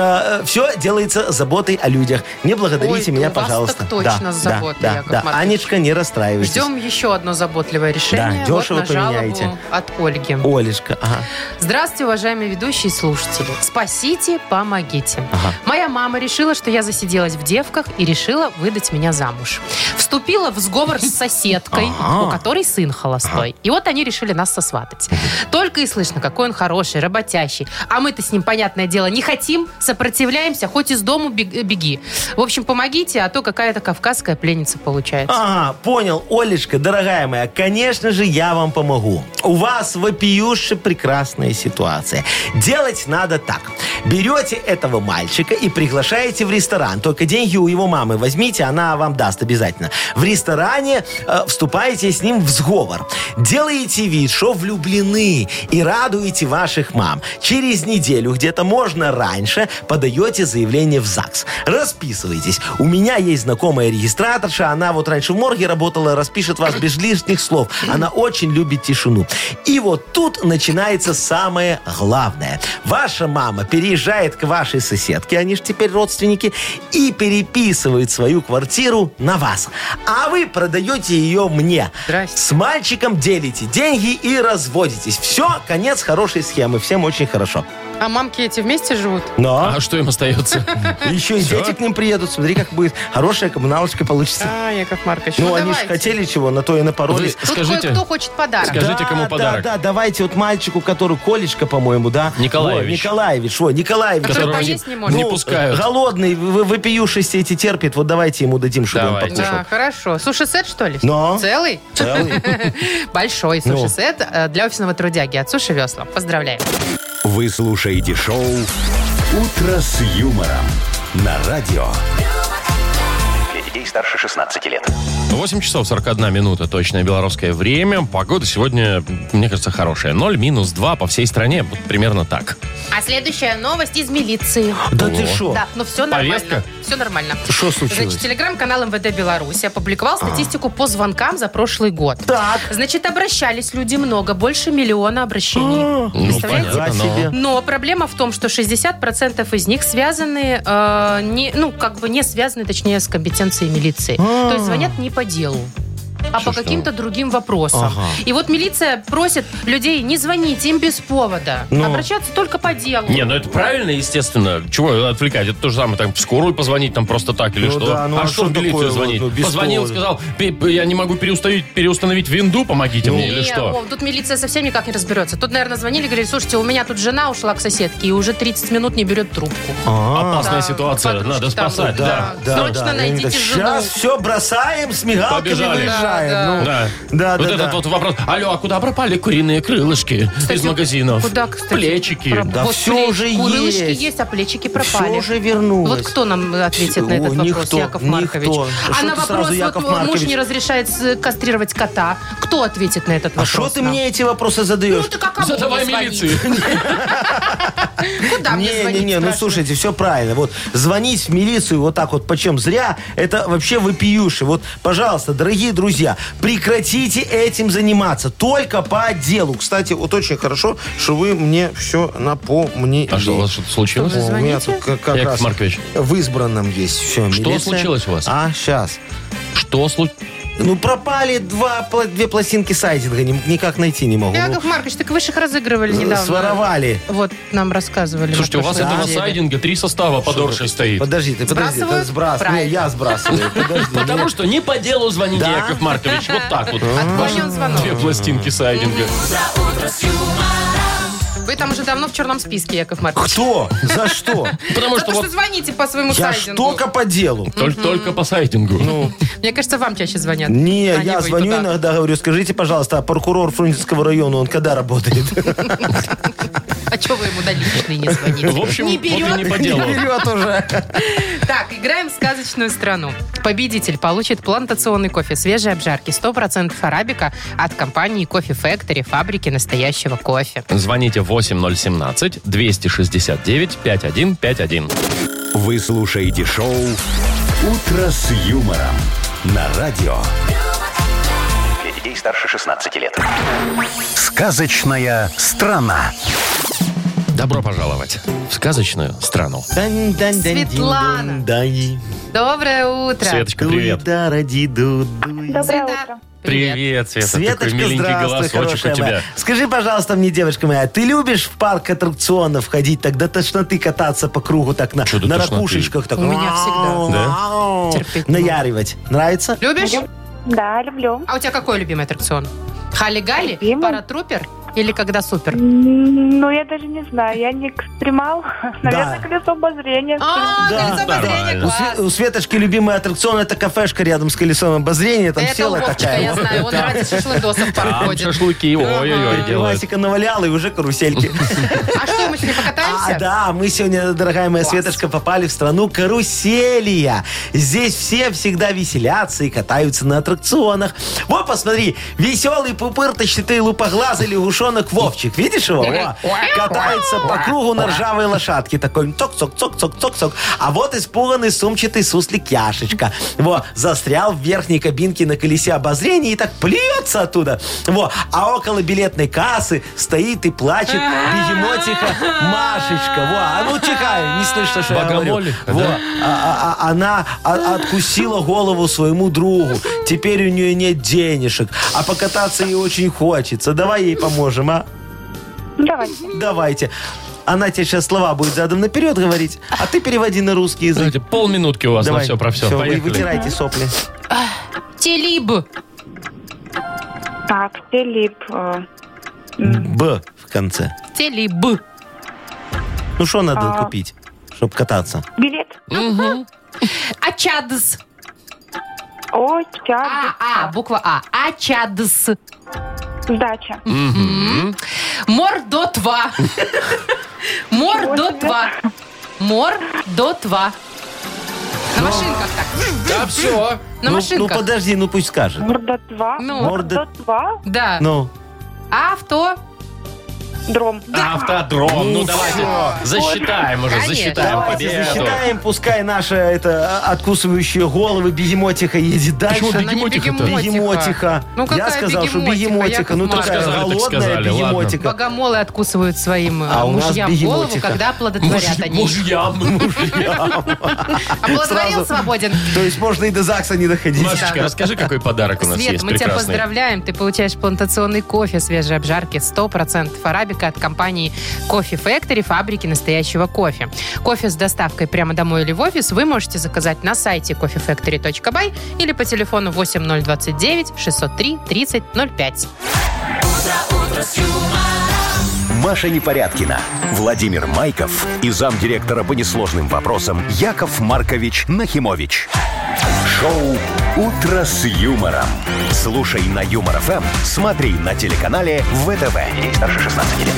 все делается заботой о людях. Не благодарите Ой, меня, у вас пожалуйста. так точно да, с да, заботой, да, Яков да. Маркович. Анечка, не расстраивайтесь. Ждем еще одно заботливое решение. Да, вот дешево на жалобу поменяйте. от Ольги. Олешка, ага. Здравствуйте, уважаемые ведущие и слушатели. Спасите, помогите. Ага. Моя мама решила, что я засиделась в девках и решила выдать меня замуж. Вступила в сговор с соседкой, Ага. у которой сын холостой. И вот они решили нас сосватать. Только и слышно, какой он хороший, работящий. А мы-то с ним, понятное дело, не хотим, сопротивляемся, хоть из дому бег- беги. В общем, помогите, а то какая-то кавказская пленница получается. Ага, понял, Олечка, дорогая моя, конечно же, я вам помогу. У вас вопиюще прекрасная ситуация. Делать надо так. Берете этого мальчика и приглашаете в ресторан. Только деньги у его мамы возьмите, она вам даст обязательно. В ресторане э, вступаете с ним в сговор. Делаете вид, что влюблены и радуете ваших мам. Через неделю, где-то можно раньше, подаете заявление в ЗАГС. Расписывайтесь. У меня есть знакомая регистраторша, она вот раньше в морге работала, распишет вас без лишних слов. Она очень любит тишину. И вот тут начинается самое главное. Ваша мама переезжает к вашей соседке, они же теперь родственники, и переписывает свою квартиру на вас. А вы продаете ее мне. Здрасте. С мальчиком делите деньги и разводитесь. Все, конец хорошей схемы. Всем очень хорошо. А мамки эти вместе живут? Но А что им остается? еще и Всё? дети к ним приедут. Смотри, как будет хорошая коммуналочка получится. А, Яков Маркович, Ну, ну, они же давайте. хотели чего, на то и напоролись. Тут Скажите, кое-кто хочет подарок. Скажите, Да, кому да, подарок? Да, давайте вот мальчику, который Колечка, по-моему, да? Николаевич. Во, Николаевич, во, Николаевич. Который Которого поесть не не, может. не Ну, пускают. голодный, вы- вопиюшисти эти терпит. Вот давайте ему дадим, чтобы он Давайте. покушал. Да, хорошо. Суши-сет, что ли? Но. Целый? Целый. Большой Ну. суши-сет э, для офисного трудяги от Суши Весла. Поздравляем. Вы слушаете шоу «Утро с юмором» на радио. Для детей старше шестнадцати лет. восемь часов сорок одна минута, точное белорусское время. Погода сегодня, мне кажется, хорошая. ноль, минус два по всей стране. Вот примерно так. А следующая новость из милиции. Да ты шо? Да, ну все нормально. Повестка? Все нормально. Что случилось? Значит, телеграм-канал эм вэ дэ Беларуси опубликовал статистику по звонкам за прошлый год. Так. Значит, обращались люди много, больше миллиона обращений. Ну, Представляете? понятно, Нифига себе. но... Но проблема в том, что шестьдесят процентов из них связаны, э, не, ну, как бы не связаны, точнее, с компетенцией милиции. А. То есть звонят не по делу, а по что? каким-то другим вопросам. Ага. И вот милиция просит людей не звонить им без повода, Ну. обращаться только по делу. Не, ну это правильно, естественно. Чего отвлекать? Это то же самое, там, в скорую позвонить там просто так или Ну что? да, ну а а что что в милицию такое, звонить? вот, ну, без Позвонил, повода. сказал, «Пи- пи- я не могу переустановить, переустановить винду, помогите мне, или Не, что? Вов, тут милиция совсем никак не разберется. Тут, наверное, звонили и говорили, слушайте, у меня тут жена ушла к соседке и уже тридцать минут не берет трубку. Опасная Да, ситуация, подружки надо там, спасать. да. Да. Срочно найдите жену. Сейчас все бросаем, с мигалками Побежали. выезжаем. Да, Ну, Да. да, вот да, этот да. вот вопрос. Алло, а куда пропали куриные крылышки Кстати, из магазинов? Куда, кстати? Плечики. про- Да вот всё плеч- уже Крылышки есть. есть, а плечики Все пропали. уже вернулось. Вот кто нам ответит на этот О, вопрос, никто, Яков Маркович? никто. А Что на ты вопрос, сразу, Яков вот муж Маркович? не разрешает с- кастрировать кота. Кто ответит на этот А вопрос? что ты нам? мне эти вопросы задаешь? Ну, ты как кому Задавай мне звонить? милиции. Куда мне звонить, Не-не-не, ну спрашиваю? слушайте, все правильно. Вот звонить в милицию вот так вот почем зря, это вообще вопиюши. Вот, пожалуйста, дорогие друзья, прекратите этим заниматься. Только по делу. Кстати, вот очень хорошо, что вы мне все напомнили. А что, у вас что-то случилось? Вы О, у меня звоните? тут как, как Яков раз Маркович. в избранном есть все. Что случилось у вас? А, сейчас. Что случилось? Ну, пропали два, пла- две пластинки сайдинга, ни- никак найти не могу. Ну, Яков Маркович, так вы же их разыгрывали недавно. своровали. Вот нам рассказывали. Слушайте, на у вас прошлой этого неделе. сайдинга три состава подоршей стоит. Подожди, ты подожди, Сбрасывают? ты сбрасывай. Правильно. Не, я сбрасываю. Подожди. Потому что не по делу звоните, Да? Яков Маркович. Вот так вот. Отклонен звонок. Две пластинки сайдинга. Вы там уже давно в черном списке, Яков Маркович. Кто? За что? Потому За что то, что вот звоните по своему Я ж сайдингу. только по делу. только, только по сайдингу. Мне кажется, вам чаще звонят. Не, а я вы звоню туда. иногда, говорю, скажите, пожалуйста, а прокурор Фрунзенского района, он когда работает? А что вы ему на личный не звоните? В общем, не вот и берет. не по делу. Берет уже. Так, играем в сказочную страну. Победитель получит плантационный кофе свежей обжарки сто процентов арабика от компании Coffee Factory, фабрики настоящего кофе. Звоните восемь ноль семнадцать двести шестьдесят девять пятьдесят один пятьдесят один. Вы слушаете шоу «Утро с юмором» на радио. Для детей старше шестнадцати лет. Сказочная страна. Добро пожаловать в сказочную страну. Светлана. Доброе утро. Светочка, привет. Доброе Света. утро. Привет, Света. Такой Светочка, миленький здравствуй, голосочек у хорошая тебя. моя. Скажи, пожалуйста, мне, девочка моя, ты любишь в парк аттракционов ходить, так до тошноты кататься по кругу, так на, Чё до на тошноты? ракушечках, так У меня всегда. Терпеть не могу. наяривать? Нравится? Любишь? Да, люблю. А у тебя какой любимый аттракцион? Хали-гали? Любимый? Паратрупер? Или когда супер? М, Ну, я даже не знаю, я не экстремал. Наверное, Да. колесо обозрения. А, Да, колесо обозрения, нормально. У, класс. Све- у Светочки любимый аттракцион — это кафешка рядом с колесом обозрения, там Это у села Вовчика, такая. я знаю, он ради шашлындосов в парк Там ходит. шашлыки, ой-ой-ой, делают. Пивасика навалял, и уже карусельки. А что, мы сегодня покатаемся? А, да, мы сегодня, дорогая моя Светочка, попали в страну каруселия. Здесь все всегда веселятся и катаются на аттракционах. Вот, посмотри, веселый, пупырточный, лупоглазый лягушонок Вовчик. Видишь его? Во, катается по кругу на ржавой лошадке. Такой цок-цок-цок-цок-цок-цок. А вот испуганный сумчатый суслик Яшечка. Во, застрял в верхней кабинке на колесе обозрения и так плюется оттуда. Во, а около билетной кассы стоит и плачет бегемотиха Машечка. Во, а ну тихо, не слышно, что я говорю. Богомолиха, Во, да? а- а- а- она а- откусила голову своему другу. Теперь у нее нет денежек. А покататься ей очень хочется. Давай ей поможем, а? Давайте. Давайте. Она тебе сейчас слова будет задом наперед говорить, а ты переводи на русский язык. Давайте, полминутки у вас Давай. на все про все. Всё, вы Поехали. вытирайте сопли. Телиб. Так, телип. э, Б в конце. Телиб. Ну, что надо А. купить, чтобы кататься? Билет. Мгм. Ачадс. О, А, чат. а, буква А. Ачадс. Сдача. Мордотва. Мордотва. Мордотва. На машинках так. Да, все. На Ну, ну, машинках. подожди, ну пусть скажет. Морда два. Ну. Морда два. Да. Ну, Авто. Дром. Автодром. Ну, давайте засчитаем уже, Конечно. засчитаем давайте победу. засчитаем, пускай наша это а, откусывающие головы бегемотиха едет дальше. Почему Она не бегемотиха-то? Бегемотиха. Ну, какая Я сказал, что бегемотиха, бегемотиха. Ну, Яков такая Маркович? Сказали, так голодная сказали, ладно. бегемотика. Богомолы откусывают своим э, А у нас мужьям голову, бегемотиха. когда оплодотворят Муж- они. Мужьям. Оплодотворил, Сразу. свободен. То есть можно и до ЗАГСа не доходить. Машечка, Да. расскажи, какой подарок у нас Свет, есть мы тебя прекрасный. поздравляем. Ты получаешь плантационный кофе свежей обжарки сто процентов арабика от компании Coffee Factory, фабрики настоящего кофе. Кофе с доставкой прямо домой или в офис вы можете заказать на сайте кофе фэктори точка бай или по телефону восемь ноль двадцать девять шестьсот три тридцать ноль пять. Маша Непорядкина, Владимир Майков и замдиректора по несложным вопросам Яков Маркович Нахимович. Шоу «Утро с юмором». Слушай на Юмор ФМ, смотри на телеканале ВТВ. Ей старше шестнадцати лет.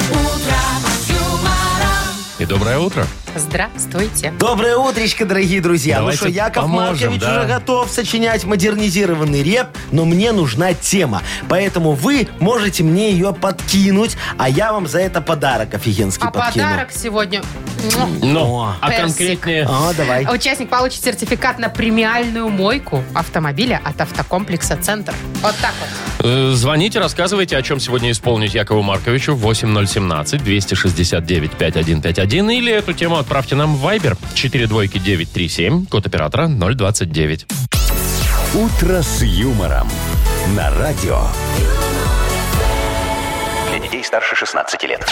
И доброе утро. Здравствуйте. Доброе утречко, дорогие друзья. Давайте ну что, Яков поможем, Маркович да. уже готов сочинять модернизированный реп, но мне нужна тема. Поэтому вы можете мне ее подкинуть, а я вам за это подарок офигенский А подкину. подарок сегодня... Ну, О. а Персик. конкретнее... О, давай. Участник получит сертификат на премиальную мойку автомобиля от автокомплекса «Центр». Вот так вот. Э, Звоните, рассказывайте, о чем сегодня исполнить Якову Марковичу. восемь ноль семнадцать двести шестьдесят девять пятьдесят один пятьдесят один. Или эту тему отправьте нам в Viber четыре двойки девять три семь, код оператора ноль двадцать девять. «Утро с юмором» на радио. Для детей старше шестнадцати лет.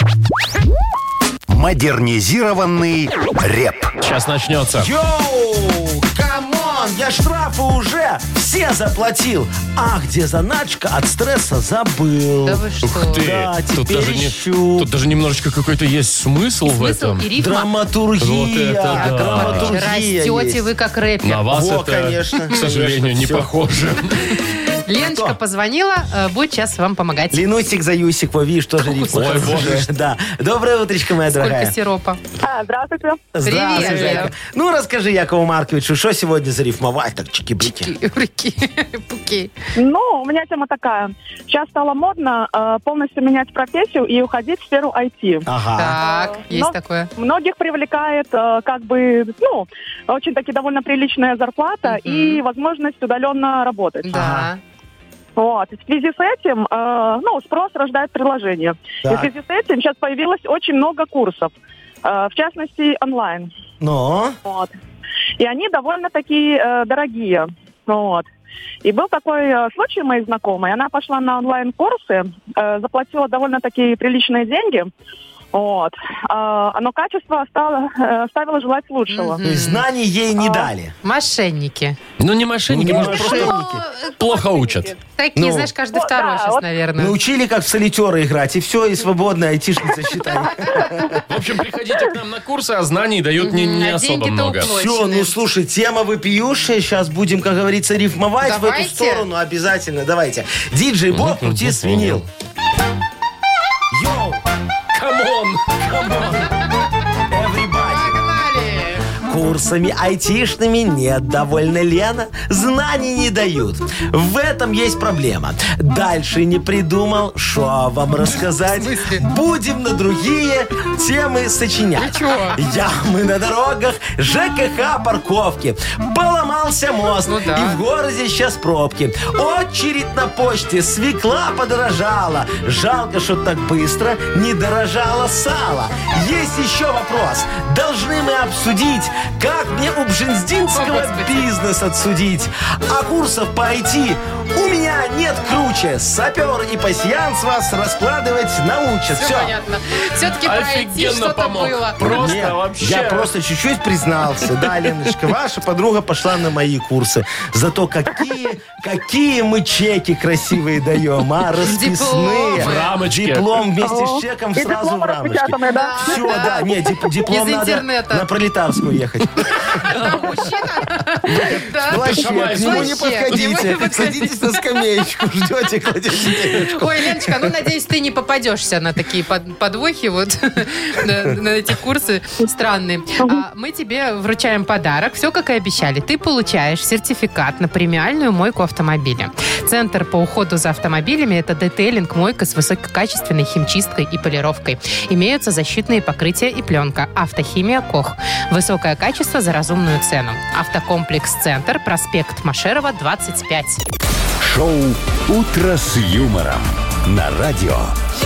Модернизированный реп. Сейчас начнется. Йоу, камон, я штрафы уже все заплатил. А где заначка, от стресса забыл. Да вы что? Ух ты, Да, тут, теперь даже не- ищу. тут даже немножечко какой-то есть смысл, в Смысл этом. и рифма. Драматургия. Вот это да. Драматургия Растете есть. вы как рэпер. На вас Во, это, конечно, к сожалению, конечно, не всё. похоже. Леночка Кто? позвонила, э, будет сейчас вам помогать. Ленусик, Заюсик, во, видишь, тоже рифма. Ой, боже. Да. Доброе утречко, моя Сколько дорогая. сиропа. А, здравствуйте. Здравствуй, Привет. Зайка. Ну, расскажи Якову Марковичу, что сегодня зарифмовать, так чики-брики. Руки, пуки. Ну, у меня тема такая. Сейчас стало модно э, полностью менять профессию и уходить в сферу ай ти. Ага. Так, Но- есть такое. Многих привлекает э, как бы, ну, очень-таки довольно приличная зарплата Мгм. и возможность удаленно работать. Да. Вот. И в связи с этим, э, ну, спрос рождает предложение. И в Так. связи с этим сейчас появилось очень много курсов, э, в частности, онлайн. Но, Вот. И они довольно-таки э, дорогие. Вот. И был такой э, случай у моей знакомой. Она пошла на онлайн-курсы, э, заплатила довольно-таки приличные деньги. Вот. А, но качество стало, э, оставило желать лучшего. то есть знаний ей не А. дали. Мошенники. Ну, не мошенники, Ну, не может, просто мошенники. плохо учат. Такие, Ну. знаешь, каждый Вот, второй да, сейчас, вот. наверное. Научили, как в солитера играть, и все, и свободно айтишница считай. В общем, приходите к нам на курсы, а знаний дают не, не А особо деньги-то много. уплочены. Все, ну слушай, тема вопиющая. Сейчас будем, как говорится, рифмовать в Давайте. эту сторону обязательно. Давайте. Диджей Боб, крути свинил. Йоу, Камон! everybody. Погнали! Курсами айтишными недовольна Лена. Знаний не дают. В этом есть проблема. Дальше не придумал, что вам рассказать. В смысле? Будем на другие темы сочинять. Ты чего? Ямы на дорогах, ЖКХ парковки. Поломался мост. Ну да. И в городе сейчас пробки. Очередь на почте, свекла подорожала. Жалко, что так быстро не дорожало сало. Есть еще вопрос. должны мы обсудить, как мне у бженздинского О, Господи. бизнес отсудить. А курсов по ай ти у меня нет круче. Сапер и пасьянс вас раскладывать научат. Все Все. понятно. Все-таки пройти Офигенно что-то помог. было. Просто Нет, вообще. я просто чуть-чуть признался. Да, Леночка, ваша подруга пошла на мои курсы. Зато какие, какие мы чеки красивые даем, а? Расписные. Дипломы. В рамочке. Диплом вместе с чеком И сразу дипломы в рамочке. распечатанные, да? Все, да, нет, дип- диплом Из надо интернета. на Пролетарскую ехать. Там мужчина. Да. Вообще, к нему не Вообще, подходите. к нему не подходите. Садитесь на скамеечку, ждете, кладете денежку. Ой, Леночка, ну, надеюсь, ты не попадешься на такие под- подвохи, вот, на, на эти курсы странные. А мы тебе вручаем подарок. Все, как и обещали. Ты получаешь сертификат на премиальную мойку автомобиля. Центр по уходу за автомобилями – это детейлинг, мойка с высококачественной химчисткой и полировкой. Имеются защитные покрытия и пленка. Автохимия «Кох». Высокое качество за разумную цену. Автокомплекс «Центр», проспект Машерова, двадцать пять. Шоу «Утро с юмором» на радио.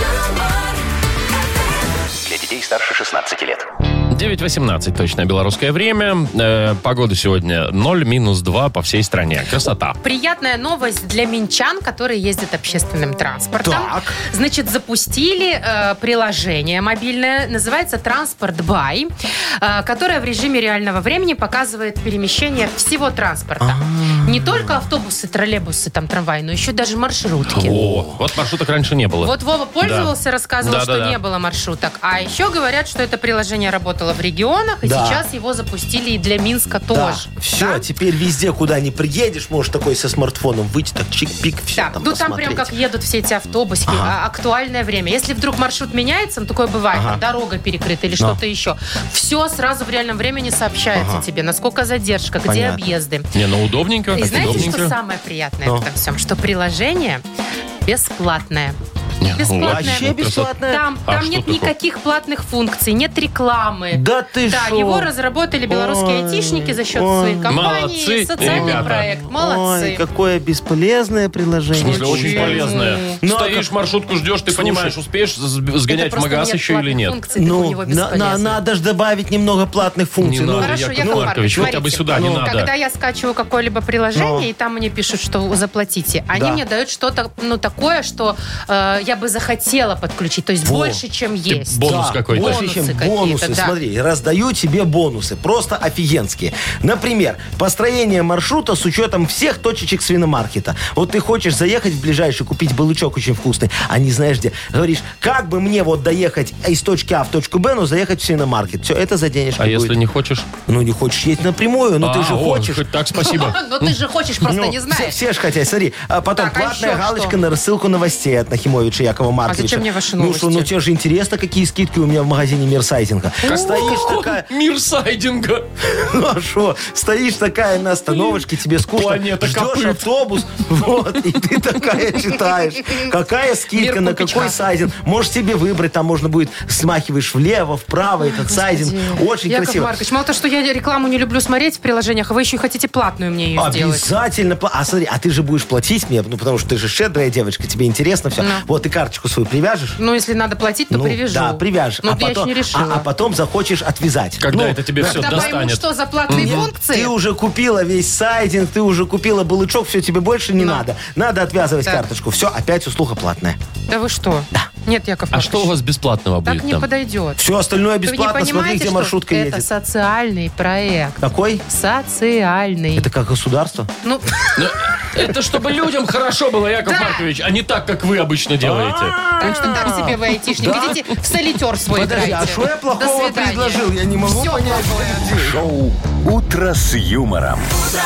Для детей старше шестнадцати лет. девять восемнадцать точное белорусское время. Э, погода сегодня ноль минус два по всей стране. Красота. Приятная новость для минчан, которые ездят общественным транспортом. Так. Значит, запустили э, приложение мобильное, называется «Транспорт Бай», э, которое в режиме реального времени показывает перемещение всего транспорта. Не только автобусы, троллейбусы, там, трамваи, но еще даже маршрутки. О, вот маршруток раньше не было. Вот Вова пользовался, Да. рассказывал, Да, что да, да. не было маршруток. А еще говорят, что это приложение работало в регионах, и Да. сейчас его запустили и для Минска Да, тоже. все, Да? теперь везде, куда не приедешь, можешь такой со смартфоном выйти, так чик-пик, все Так, там ну там посмотреть. прям как едут все эти автобусики, а, актуальное время. Если вдруг маршрут меняется, ну такое бывает, Ага. там дорога перекрыта или что-то еще, все сразу в реальном времени сообщается тебе, насколько задержка, где Понятно. объезды. Не, ну удобненько. И знаете, удобненько. что самое приятное Ну. в этом всем? Что приложение бесплатное. Не, ну, бесплатное. Вообще бесплатно? Там, А там что нет такое? никаких платных функций, нет рекламы. Да ты Да, шо? его разработали белорусские Ой, айтишники за счет ой. своей компании. Молодцы, Социальный ребята. проект. Молодцы. Ой, какое бесполезное В приложение. смысле, очень Почему? полезная. Ну, а Стоишь, маршрутку ждешь, ты Слушай, понимаешь, успеешь з- сгонять Это в просто магаз нет еще или платных нет? функций, так у Ну, него на- на- бесполезно. надо же добавить немного платных функций. Не Ну, надо, Хорошо, Яков Яков Маркович, Маркович, хотя бы смотрите. сюда не Ну, надо. Когда я скачиваю какое-либо приложение, Ну. и там мне пишут, что заплатите, они Да. мне дают что-то, ну, такое, что э, я бы захотела подключить. То есть Во. больше, чем есть. бонус Да, какой-то. больше, Бонусы чем какие-то, бонусы. да. Смотри, раздаю тебе бонусы. Просто офигенские. Например, построение маршрута с учетом всех точечек свиномаркета. Вот ты хочешь заехать в ближайший, купить балычок очень вкусный, а не знаешь где. Говоришь, как бы мне вот доехать из точки А в точку Б, но заехать в свиномаркет. Все, это за денежки А будет. если не хочешь? Ну, не хочешь есть напрямую, но ты А, же о, хочешь. хоть так, спасибо. Но ты же хочешь, просто Ну, не Все, знаешь. все же хотят, смотри. А потом Так, а платная еще галочка что? на рассылку новостей от Нахимовича Якова Марковича. зачем мне ваши Ну что, ну новости? тебе же интересно, какие скидки у меня в магазине Мир Сайдинга. Стоишь такая, Мир сайдинга. ну а что, стоишь такая на остановочке, тебе скучно, Планета ждешь копыт. автобус, вот, и ты такая читаешь, какая скидка, Мир на купича. какой сайдинг. Можешь себе выбрать, там можно будет, смахиваешь влево, вправо, этот сайдинг. Очень Яков красиво. Маркович, мало того, что я рекламу не люблю смотреть в приложениях, а вы еще и хотите платную мне ее сделать. Обязательно. пла- А смотри, а ты же будешь платить мне, ну потому что ты же щедрая девочка, тебе интересно все. Ну. Вот ты карточку свою привяжешь. Ну, если надо платить, то Ну, привяжу. Да, привяжешь. Ну, а, я еще потом, не решила. а, а потом захочешь отвязать. Когда Ну, это тебе все Когда пойму, достанет? что за платные Нет, функции. Ты уже купила весь сайдинг, ты уже купила балычок, все, тебе больше не Ну. надо. Надо отвязывать Так. карточку. Все, опять услуга платная. Да вы что? Нет, Яков А Маркович. что у вас бесплатного Так будет не там? подойдет. Все остальное Вы не бесплатно, смотри, понимаете, где что маршрутка это едет. социальный проект. Какой? Социальный. Это как государство? Ну, Ну, это чтобы людям хорошо было, Яков Да. Маркович, а не так, как вы обычно делаете. так что так себе вы айтишник. Да? Идите в солитер свой Подожди, играйте. а что я До плохого свидания. предложил? Я не могу Всё понять. плохое. Шоу «Утро с юмором».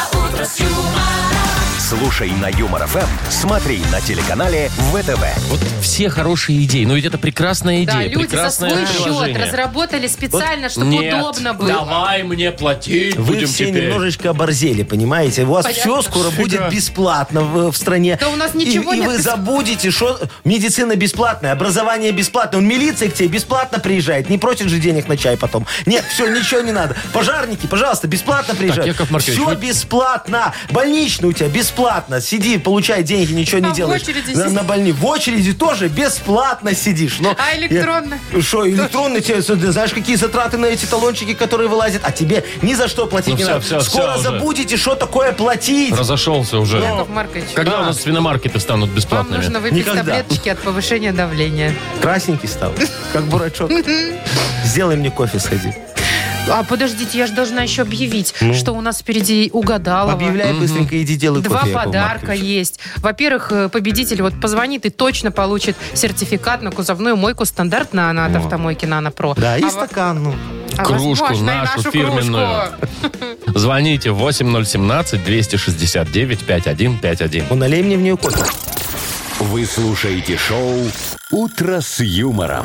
Слушай на Юмор ФМ, смотри на телеканале ВТВ. Вот все хорошие идеи, но ведь это прекрасная Да, идея, люди за прекрасное свой счет приложение. разработали специально, чтобы Нет, удобно было. давай мне платить Вы будем все теперь. немножечко оборзели, понимаете? У вас Понятно. все скоро Фига. будет бесплатно в, в стране. Да у нас И- ничего и, нет вы бесп- забудете, что медицина бесплатная, образование бесплатное. Он милиция к тебе бесплатно приезжает. Не просит же денег на чай потом. Нет, все, ничего не надо. Пожарники, пожалуйста, бесплатно приезжают. Яков Маркович, все вы- бесплатно. Больничный у тебя бесплатно. бесплатно. Сиди, получай деньги, ничего не А в делаешь. очереди на, сидишь? на больни- В очереди тоже бесплатно сидишь. Но А электронно? я- Что, электронно? Тебе, знаешь, какие затраты на эти талончики, которые вылазят? А тебе ни за что платить Ну не всё, надо. всё, Скоро всё уже. забудете, что такое платить. Разошелся уже. Яков Маркович, Когда у нас свиномаркеты станут вам бесплатными? нужно выпить Никогда. таблеточки от повышения давления. Красненький стал, как бурачок. Сделай мне кофе, сходи. А подождите, я же должна еще объявить, что у нас впереди угадалово. Объявляй быстренько, иди делай Два кофе, Яков подарка Маркович. есть. Во-первых, э, победитель вот позвонит и точно получит сертификат на кузовную мойку стандарт «Нано» от автомойки «Нано Про». Да, и А во- стакан, ну. а Кружку возможно, и нашу нашу фирменную. кружку. Звоните восемь ноль семнадцать двести шестьдесят девять пятьдесят один пятьдесят один. Ну, налей мне в нее кофе. Вы слушаете шоу «Утро с юмором».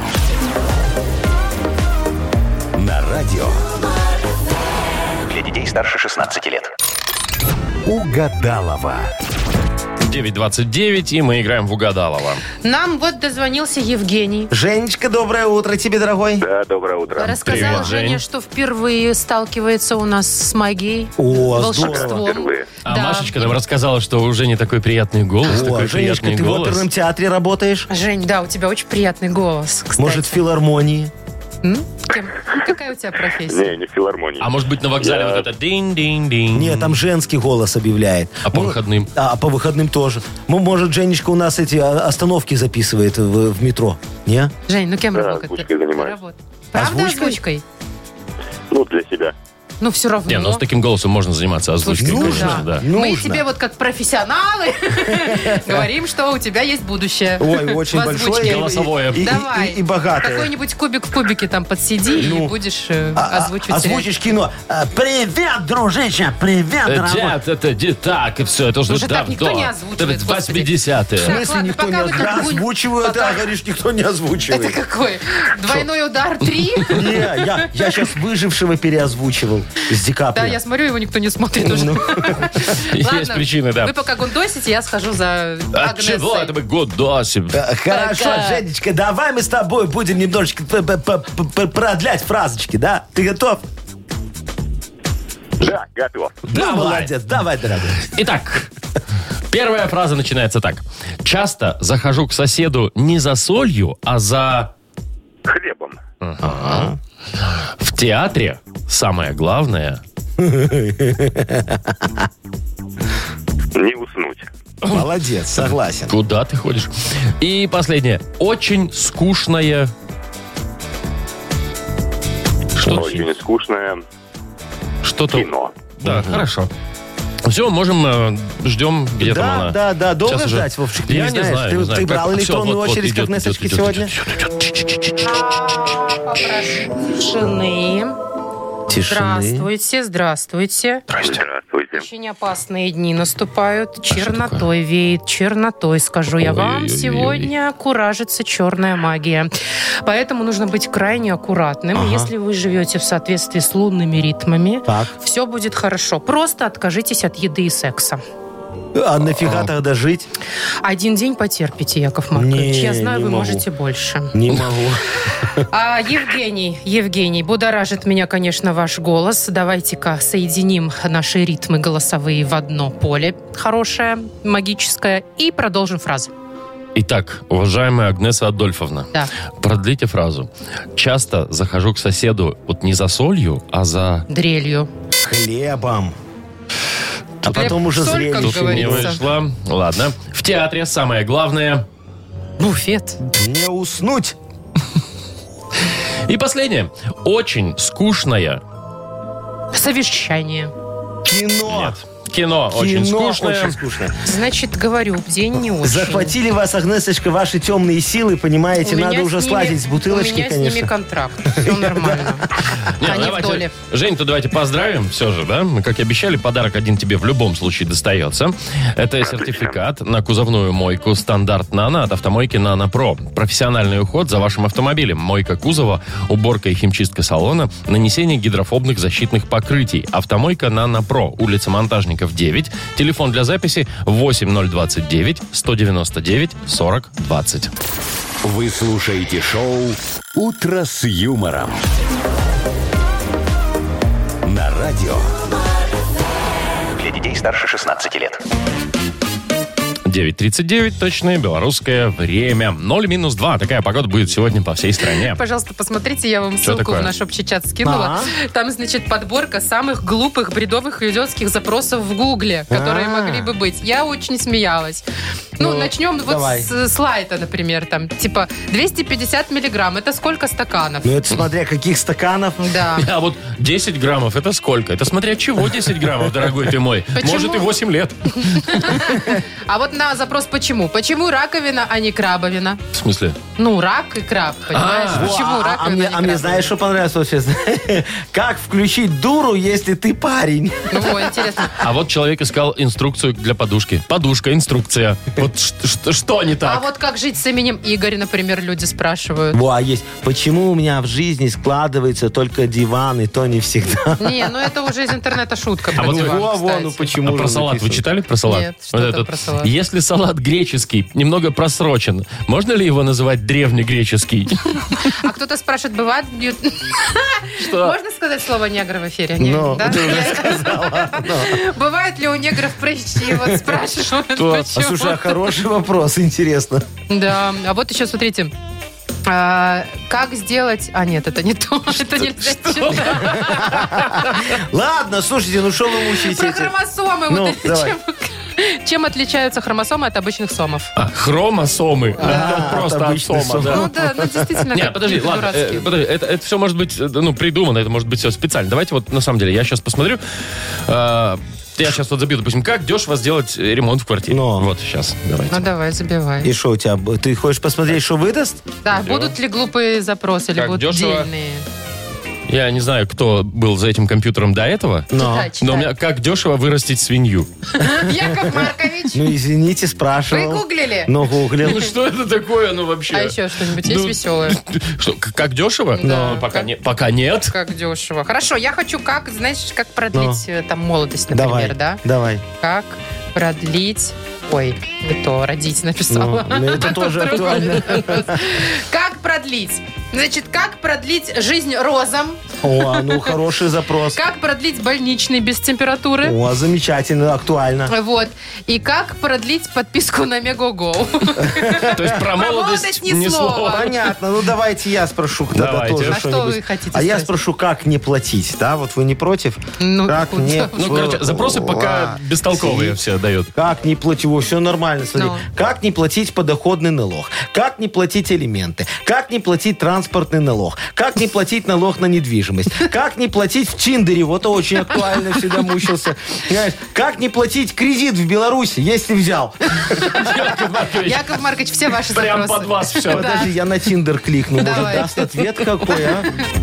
На радио. Для детей старше шестнадцати лет. Угадалова. девять двадцать девять, и мы играем в Угадалова. Нам вот дозвонился Евгений. Женечка, доброе утро тебе, дорогой. Да, доброе утро. Рассказал Привет, Женя, Жень. что впервые сталкивается у нас с магией, О, волшебством. Впервые. А Да. Машечка нам рассказала, что уже не такой приятный голос, О, такой Женечка, приятный ты в голос. оперном театре работаешь? Жень, да, у тебя очень приятный голос, кстати. Может, в филармонии? М? Кем? Какая у тебя профессия? Не, не в филармонии. А может быть на вокзале Я- вот это динь-динь-динь. Нет, там женский голос объявляет. А по Ну, выходным? А, по выходным тоже. Ну, может, Женечка у нас эти а, остановки записывает в, в метро, не? Жень, ну кем Да, работает? озвучкой занимаюсь. Работ- Правда Озвучкой? озвучкой? Ну, для себя. Ну, все равно. Не, ну с таким голосом можно заниматься озвучкой, Слушай, конечно, нужно. да. Мы Нужно. тебе вот как профессионалы говорим, что у тебя есть будущее. Ой, очень в озвучке. большое. и- Голосовое. И, и- Давай. и- и богатое. Какой-нибудь кубик в кубике там подсиди и Ну. будешь э, А- а- озвучивать. Озвучишь кино. А, Привет, дружище, привет, Э, дорогой. Дед, это де- так, и все, это уже Уже так никто давно. не озвучивает, Это господи. восьмидесятые. В Так, смысле, ладно, никто не пока вы озвучивает? так будете- Озвучивают, пока- а говоришь, никто не озвучивает. Это какой? Двойной удар три? Не, я, я сейчас выжившего переозвучивал с Ди Каприо. Да, я смотрю, его никто не смотрит уже. Есть Ладно, причины, да. Вы пока гундосите, я схожу за От чего Агнесой. это мы гудосим? Э, Хорошо, Пока. Женечка, давай мы с тобой будем немножечко п- п- п- п- продлять фразочки, да? Ты готов? Да, готов. Ну, Давай. молодец, давай, дорогой. Итак, первая фраза начинается так. Часто захожу к соседу не за солью, а за... Хлебом. В театре самое главное... Не уснуть. Молодец, согласен. Куда ты ходишь? И последнее. Очень скучное... Что? Очень скучное Что-то... кино. Да, хорошо. Все, можем, э, ждем, где там Да, она. да, да, долго Сейчас уже- ждать, Вовчик, ты Я не не знаешь. знаю, Ты- не знаю. ты Как- брал всё, электронную вот, вот, очередь, как идет, Несочки идет, идет, сегодня? идет, идет. Попрошу тишины. Тишины. Здравствуйте, здравствуйте. Здравствуйте. Очень опасные дни наступают. Чернотой веет, чернотой, скажу я вам. Ой-ой-ой-ой. Сегодня куражится черная магия. Поэтому нужно быть крайне аккуратным. Если вы живете в соответствии с лунными ритмами, Так. все будет хорошо. Просто откажитесь от еды и секса. А нафига тогда жить? Один день потерпите, Яков Маркович. Не, Я знаю, не вы могу. можете больше. Не могу. А, Евгений, Евгений, будоражит меня, конечно, ваш голос. Давайте-ка соединим наши ритмы голосовые в одно поле хорошее, магическое, и продолжим фразу. Итак, уважаемая Агнеса Адольфовна, Да. продлите фразу. Часто захожу к соседу вот не за солью, а за... Дрелью. Хлебом. А потом Хлеб, уже соль, зрелище. как Не говорится. вышла. Ладно. В театре самое главное... Буфет. Не уснуть. И последнее. Очень скучное... Совещание. Кино. Нет. Кино, очень Кино скучное. очень скучное. Значит, говорю, день не очень. Захватили вас, Агнесочка, ваши темные силы, понимаете, У меня надо с уже ними- сладить с бутылочки, У меня с конечно. ними контракт. Все нормально. Не, Они в давайте, доле. Жень, то давайте поздравим все же, да? Мы, как и обещали, подарок один тебе в любом случае достается. Это сертификат на кузовную мойку стандарт «Нано» от автомойки «Нано Про». Профессиональный уход за вашим автомобилем. Мойка кузова, уборка и химчистка салона, нанесение гидрофобных защитных покрытий. Автомойка «Нано Про». Улица Монтажников, девять. Телефон для записи восемь ноль двадцать девять сто девяносто девять сорок двадцать. Вы слушаете шоу «Утро с юмором». На радио. Для детей старше шестнадцати лет. девять тридцать девять, точное белорусское время. ноль минус два. Такая погода будет сегодня по всей стране. Пожалуйста, посмотрите, я вам Что ссылку такое? в наш общий чат скинула. А. Там, значит, подборка самых глупых, бредовых идиотских запросов в Гугле, которые А. могли бы быть. Я очень смеялась. Ну, Ну, начнем давай. вот с слайда, например, там, типа, двести пятьдесят миллиграмм. Это сколько стаканов? Ну, это смотря каких стаканов. Да. А вот десять граммов, это сколько? Это смотря чего десять граммов, дорогой ты мой. Почему? Может и восемь лет. А вот на запрос «почему?» Почему раковина, а не крабовина? В смысле? Ну, рак и краб, понимаешь? А. Почему Во, а, раковина, а мне, не а мне крабовина? знаешь, что понравилось вообще? Как включить дуру, если ты парень? Ну, во, интересно. А вот человек искал инструкцию для подушки. Подушка, инструкция. Вот ш- ш- что не А так? вот как жить с именем Игорь, например, люди спрашивают. Во, а есть. Почему у меня в жизни складывается только диван, и то не всегда? Не, ну это уже из интернета шутка про вот вы- диван, Во, во, кстати. ну почему А про же салат вы написано? читали про салат? Нет, что там про салат? Если салат греческий, немного просрочен, можно ли его называть древнегреческий? А кто-то спрашивает, бывает... бьют- Что? Можно сказать слово негр в эфире? Не, Ну, да? ты уже сказала. Бывают ли у негров прыщи? Вот спрашивают, Кто? А почему. слушай, а хороший вопрос, интересно. Да, а вот еще, смотрите, а, как сделать... А, нет, это не то. Это нельзя читать. Ладно, слушайте, ну что вы мучаете? Про эти- хромосомы. Ну, вот эти. давай. Чем- Чем отличаются хромосомы от обычных сомов? А, хромосомы. А, Это просто от от обычных сома, сом. да. Ну да, ну действительно. Нет, как подожди, ладно, э, дурацкие. подожди, это, это все может быть, э, ну, придумано, это может быть все специально. Давайте вот, на самом деле, я сейчас посмотрю. э, я сейчас вот забью, допустим, как дешево сделать э, ремонт в квартире. Ну. Вот, сейчас, давайте. Ну давай, забивай. И что у тебя? Ты хочешь посмотреть, что выдаст? Да, будут ли глупые запросы или Как будут дешево? дельные? Я не знаю, кто был за этим компьютером до этого, Но. Читай, читай. но у меня как дешево вырастить свинью. Яков Маркович, Ну, извините, вы спрашивал. гуглили? Ну, гуглил. Ну что это такое, ну вообще? А еще что-нибудь есть Ну, веселое? Что, к- как дешево? Да. Ну, пока, Как- не, пока нет. Как дешево. Хорошо, я хочу как, знаешь, как продлить э, там молодость, Давай, например, да? давай. Как продлить... Ой, не то, родить написала. Ну, ну, это тоже актуально. Как продлить? Значит, как продлить жизнь розам? О, ну, хороший запрос. Как продлить больничный без температуры? О, замечательно, актуально. Вот. И как продлить подписку на Мегого? То есть про молодость молодость ни ни слова. слова. Понятно. Ну, давайте я спрошу тогда Давайте. тоже А что что-нибудь. вы хотите А я спросить? спрошу, как не платить, да? Вот вы не против? Ну, как куда не... вы? Ну, короче, запросы пока бестолковые все дают. Как не платить? О, все нормально, смотри. Ну. Как не платить подоходный налог? Как не платить элементы? Как не платить транспортный налог? Как не платить налог на недвижимость? Как не платить в Тиндере? Вот очень актуально, всегда мучился. Понимаешь? Как не платить кредит в Беларуси, если взял? Яков Маркович, Яков Маркович, все ваши прям запросы. под вас все. Подожди, я на Тиндер кликну. Может, Давай. даст ответ какой, а?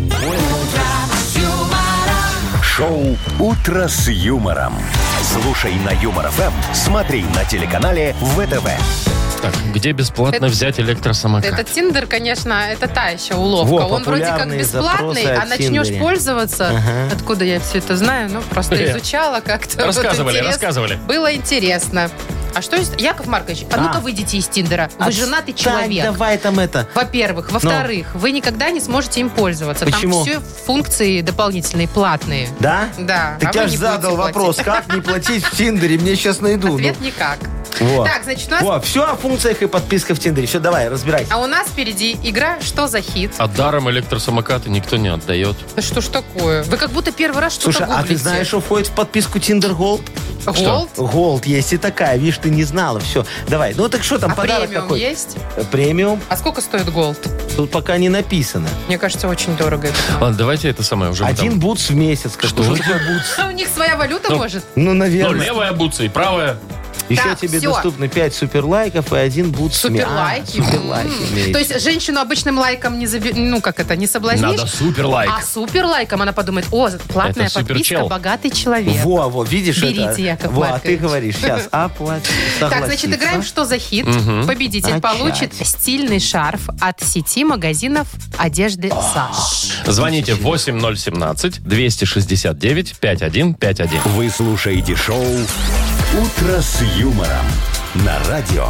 Шоу «Утро с юмором». Слушай на Юмор ФМ, смотри на телеканале ВТВ. Так, где бесплатно Это- взять электросамокат? Это Тиндер, конечно, это та еще уловка. Во, Он вроде как популярные бесплатный, запросы а о начнешь Тиндере. пользоваться. Ага. Откуда я все это знаю? Ну, просто Э. изучала как-то. Вот Рассказывали, интерес. рассказывали. Было интересно. А что есть... Яков Маркович, а ну-ка А. выйдите из Тиндера. Вы женатый Отстань, человек. давай там это. Во-первых. Во-вторых, вы никогда не сможете им пользоваться. Почему? Там все функции дополнительные, платные. Да? Да. Так а я вы же не задал будете вопрос, платить. как не платить в Тиндере? Мне сейчас найду. Ответ никак. Вот. Так, значит, у нас... Во, все о функциях и подписках в Тиндере. Все, давай, разбирайся. А у нас впереди игра «Что за хит?». А даром электросамокаты никто не отдает. Да что ж такое? Вы как будто первый раз что-то Слушай, а ты гуглите. знаешь, что входит в подписку Тиндер Голд? Голд? Голд есть и такая, видишь, ты не знала. Все, давай. Ну так что там, А подарок премиум какой? есть? Э, Премиум? А сколько стоит голд? Тут пока не написано. Мне кажется, очень дорого это. Ладно, давайте это самое уже. Один потом. бутс в месяц. Как Что? Что такое бутс? А у них своя валюта, Ну, может? Ну, Ну, наверное. левая бутса и правая. Еще Так, тебе всё. доступны пять суперлайков и один бутс. в ме- Суперлайки. А, суперлайки М. имеется. То есть женщину обычным лайком не заби... ну как это, не соблазнишь? Надо супер лайк. А суперлайком она подумает, о, платная Это подписка, суперчел. богатый человек. Во, во, видишь Берите, это? Яков Во, а ты Маркович. говоришь, сейчас оплати. Так, значит, играем «Что за хит?». Победитель Начать. получит стильный шарф от сети магазинов одежды «Саш». Звоните восемь ноль семнадцать двести шестьдесят девять пятьдесят один пятьдесят один. Вы слушаете шоу «Утро с юмором» на радио.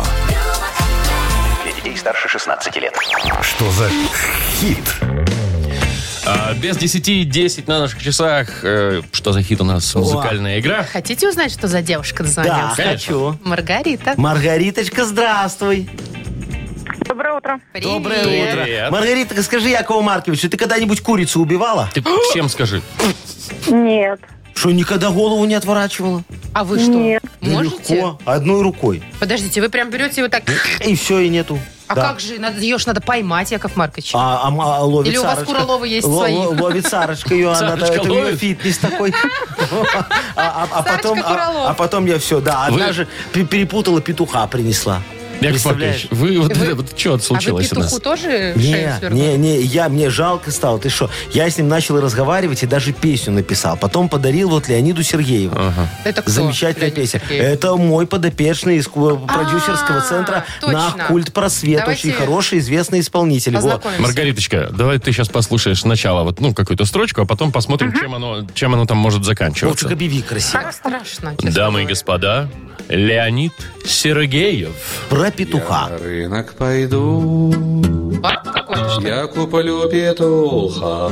Для детей старше шестнадцати лет. Что за хит? А, без десяти десять на наших часах. Э, что за хит у нас? Музыкальная игра. Хотите узнать, что за девушка Да, дозвонилась? Конечно. хочу. Маргарита. Маргариточка, здравствуй. Доброе утро. Привет. Доброе утро. Привет. Маргарита, скажи, Якову Марковичу, ты когда-нибудь курицу убивала? Ты всем скажи. Нет. Что, никогда голову не отворачивала? А вы что? Нет. Да Можете? легко, одной рукой. Подождите, вы прям берете его так... И все, и нету. А Да. как же? Надо, ее ж надо поймать, Яков Маркович. А, а, а ловит Или у вас Сарочка. Куралова есть Ло- свои? ло- Ловит Сарочка ее, она, Сарочка это у нее ловит? фитнес такой. А, а- а Сарочка потом, а, Куралов. а потом я все, да, одна Вы- же пе- перепутала, петуха принесла. Яков Маркович, вы вот, Вы- вот что А вы случилось у нас? петуху тоже шею Не, свернули? не, не, я, мне жалко стало, ты что? Я с ним начал разговаривать и даже песню написал. Потом подарил вот Леониду Сергееву. Это кто? Замечательная Леонид песня. Сергеев? Это мой подопечный из ку- продюсерского А, центра точно. на культ просвет. Давайте Очень хороший, известный исполнитель. Вот. Познакомимся. Маргариточка, давай ты сейчас послушаешь сначала вот, ну, какую-то строчку, а потом посмотрим, чем, оно, чем оно там может заканчиваться. Вовчик, объяви красиво. Так страшно. честно Дамы и говоря. господа, Леонид Сергеев. Про петуха. На рынок пойду, А, какой-то что ли? я куплю петуха,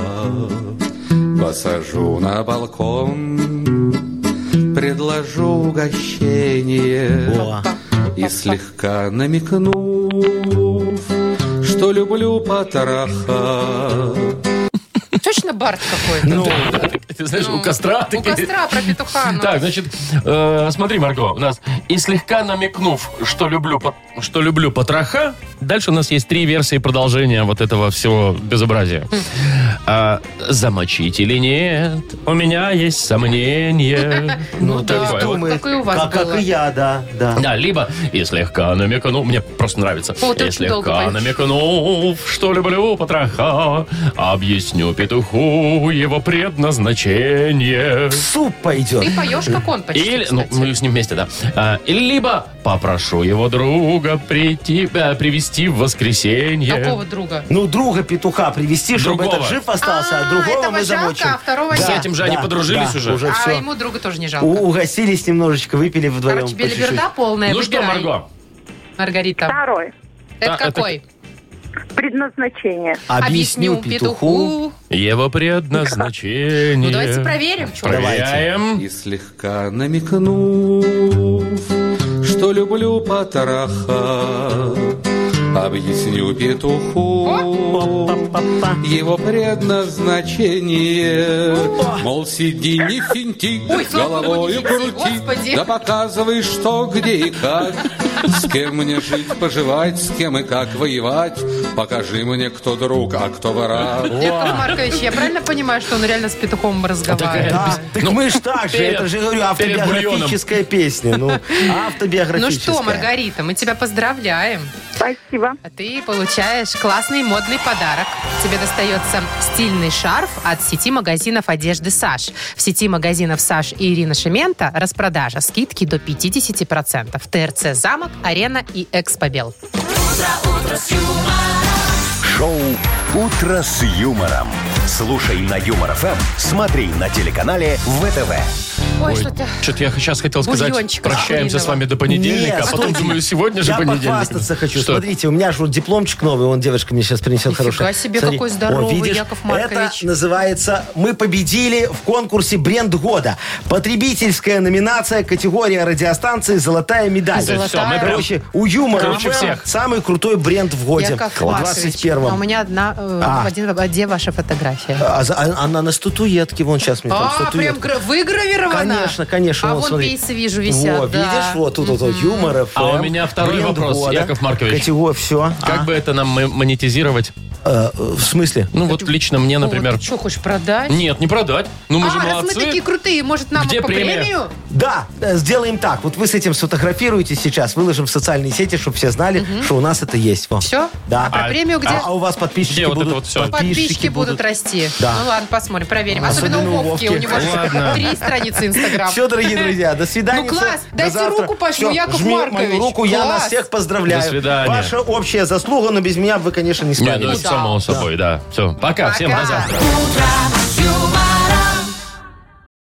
посажу на балкон, предложу угощение О. и слегка намекнув, что люблю потроха. Точно Барт какой-то? Ну, Ты знаешь, Ну, у костра... У костра про петуха. ну. Так, значит, э, смотри, Марго, у нас и слегка намекнув, что люблю, по- что люблю потроха, дальше у нас есть три версии продолжения вот этого всего безобразия. А, замочить или нет? У меня есть сомнения. Ну да, такое вот вот. как и у вас как, как было. и я, да, да. Да, либо и слегка намекнув, мне просто нравится. О, ты И очень долго слегка поешь. намекнув, что люблю потроха, объясню петуху его предназначение. Суп пойдет. Ты поешь, как он почти, Или, ну, кстати. мы с ним вместе, да. А, или либо попрошу его друга прийти, а, привести в воскресенье. Какого друга? Ну, друга петуха привести, чтобы Другого. этот жив остался, а, А, другого этого мы жалко, замочим. а второго С нет. этим же они подружились да, уже. уже А все. ему друга тоже не жалко. У- угостились немножечко, выпили вдвоем. Короче, по чуть-чуть. белиберда полная. Ну что, выбирай. Марго? Маргарита. Второй. Это А, это- какой? Предназначение. Объясню петуху. Его предназначение. Ну, давайте проверим. чё. Проверяем. И слегка намекнув, что люблю потроха, объясню петуху его предназначение. Мол, сиди, не финти, Ой, слава богу, головою не финти, крути, господи. да показывай, что, где и как. С кем мне жить, поживать, с кем и как воевать. Покажи мне, кто друг, а кто враг. Яков Маркович, я правильно понимаю, что он реально с петухом разговаривает? Да, так мы ж так же, перед- это же, говорю, перед автобиографическая песня. Ну, Ну автобиографическая. что, Маргарита, мы тебя поздравляем. Спасибо. А ты получаешь классный модный подарок. Тебе достается стильный шарф от сети магазинов одежды «Саш». В сети магазинов «Саш» и Ирина Шемента распродажа. Скидки до пятьдесят процентов. ТРЦ «Замок», «Арена» и «Экспобел». Шоу «Утро с юмором». Слушай на Юмор ФМ, смотри на телеканале ВТВ. Ой, Ой, что-то... что-то я сейчас хотел сказать, Бульончика прощаемся с куриного. вами до понедельника, Нет, а потом стойте. думаю, сегодня же Я понедельник. похвастаться хочу. Что? Смотрите, у меня же вот дипломчик новый, он девушка мне сейчас принесет Нифига хороший. себе, Смотри. какой здоровый, видишь, Яков Маркович. Это называется «Мы победили в конкурсе «Бренд года». Потребительская номинация, категория радиостанции «Золотая медаль». Золотая. Всё, мы прям- Короче, у юмора Круче ФМ всех. самый крутой бренд в годе. Яков В Маркович, двадцать а у первом. меня одна, э, А. один, а где ваша фотография? А, за- а- она на статуэтке, вон сейчас мне там А, прям статуэтка. гра- выгравирована? Конечно, конечно. А вот, вон смотри. пейсы вижу висят, Вот, да. видишь, вот тут вот, вот юмор, А ФМ, у меня второй бренд вопрос, года, Яков Маркович. Категория, все. Как бы это нам м- монетизировать? в смысле? Ну вот лично мне, например... О, ты что, хочешь продать? Нет, не продать. Ну мы же а, раз молодцы. мы такие крутые, может, нам Где по премия? премию? Да, э, сделаем так. Вот вы с этим сфотографируете сейчас, выложим в социальные сети, чтобы все знали, что у нас это есть. Во. Все? Да. А про А- премию где? А, а у вас подписчики Где вот будут? это вот всё? Подписчики будут расти. Да. Ну ладно, посмотрим, проверим. Особенно, Особенно у у Вовки, Вовки. у него же Ладно. три страницы Инстаграм. Все, дорогие друзья, до свидания. Ну, класс. До Дайте завтра. руку пожму, Всё, Яков жми Маркович. мою руку, я Класс. нас всех поздравляю. До свидания. Ваша общая заслуга, но без меня вы, конечно, не Не, ну справились. это само собой, да. Все, пока, всем до Пока. завтра. Утро с юмором.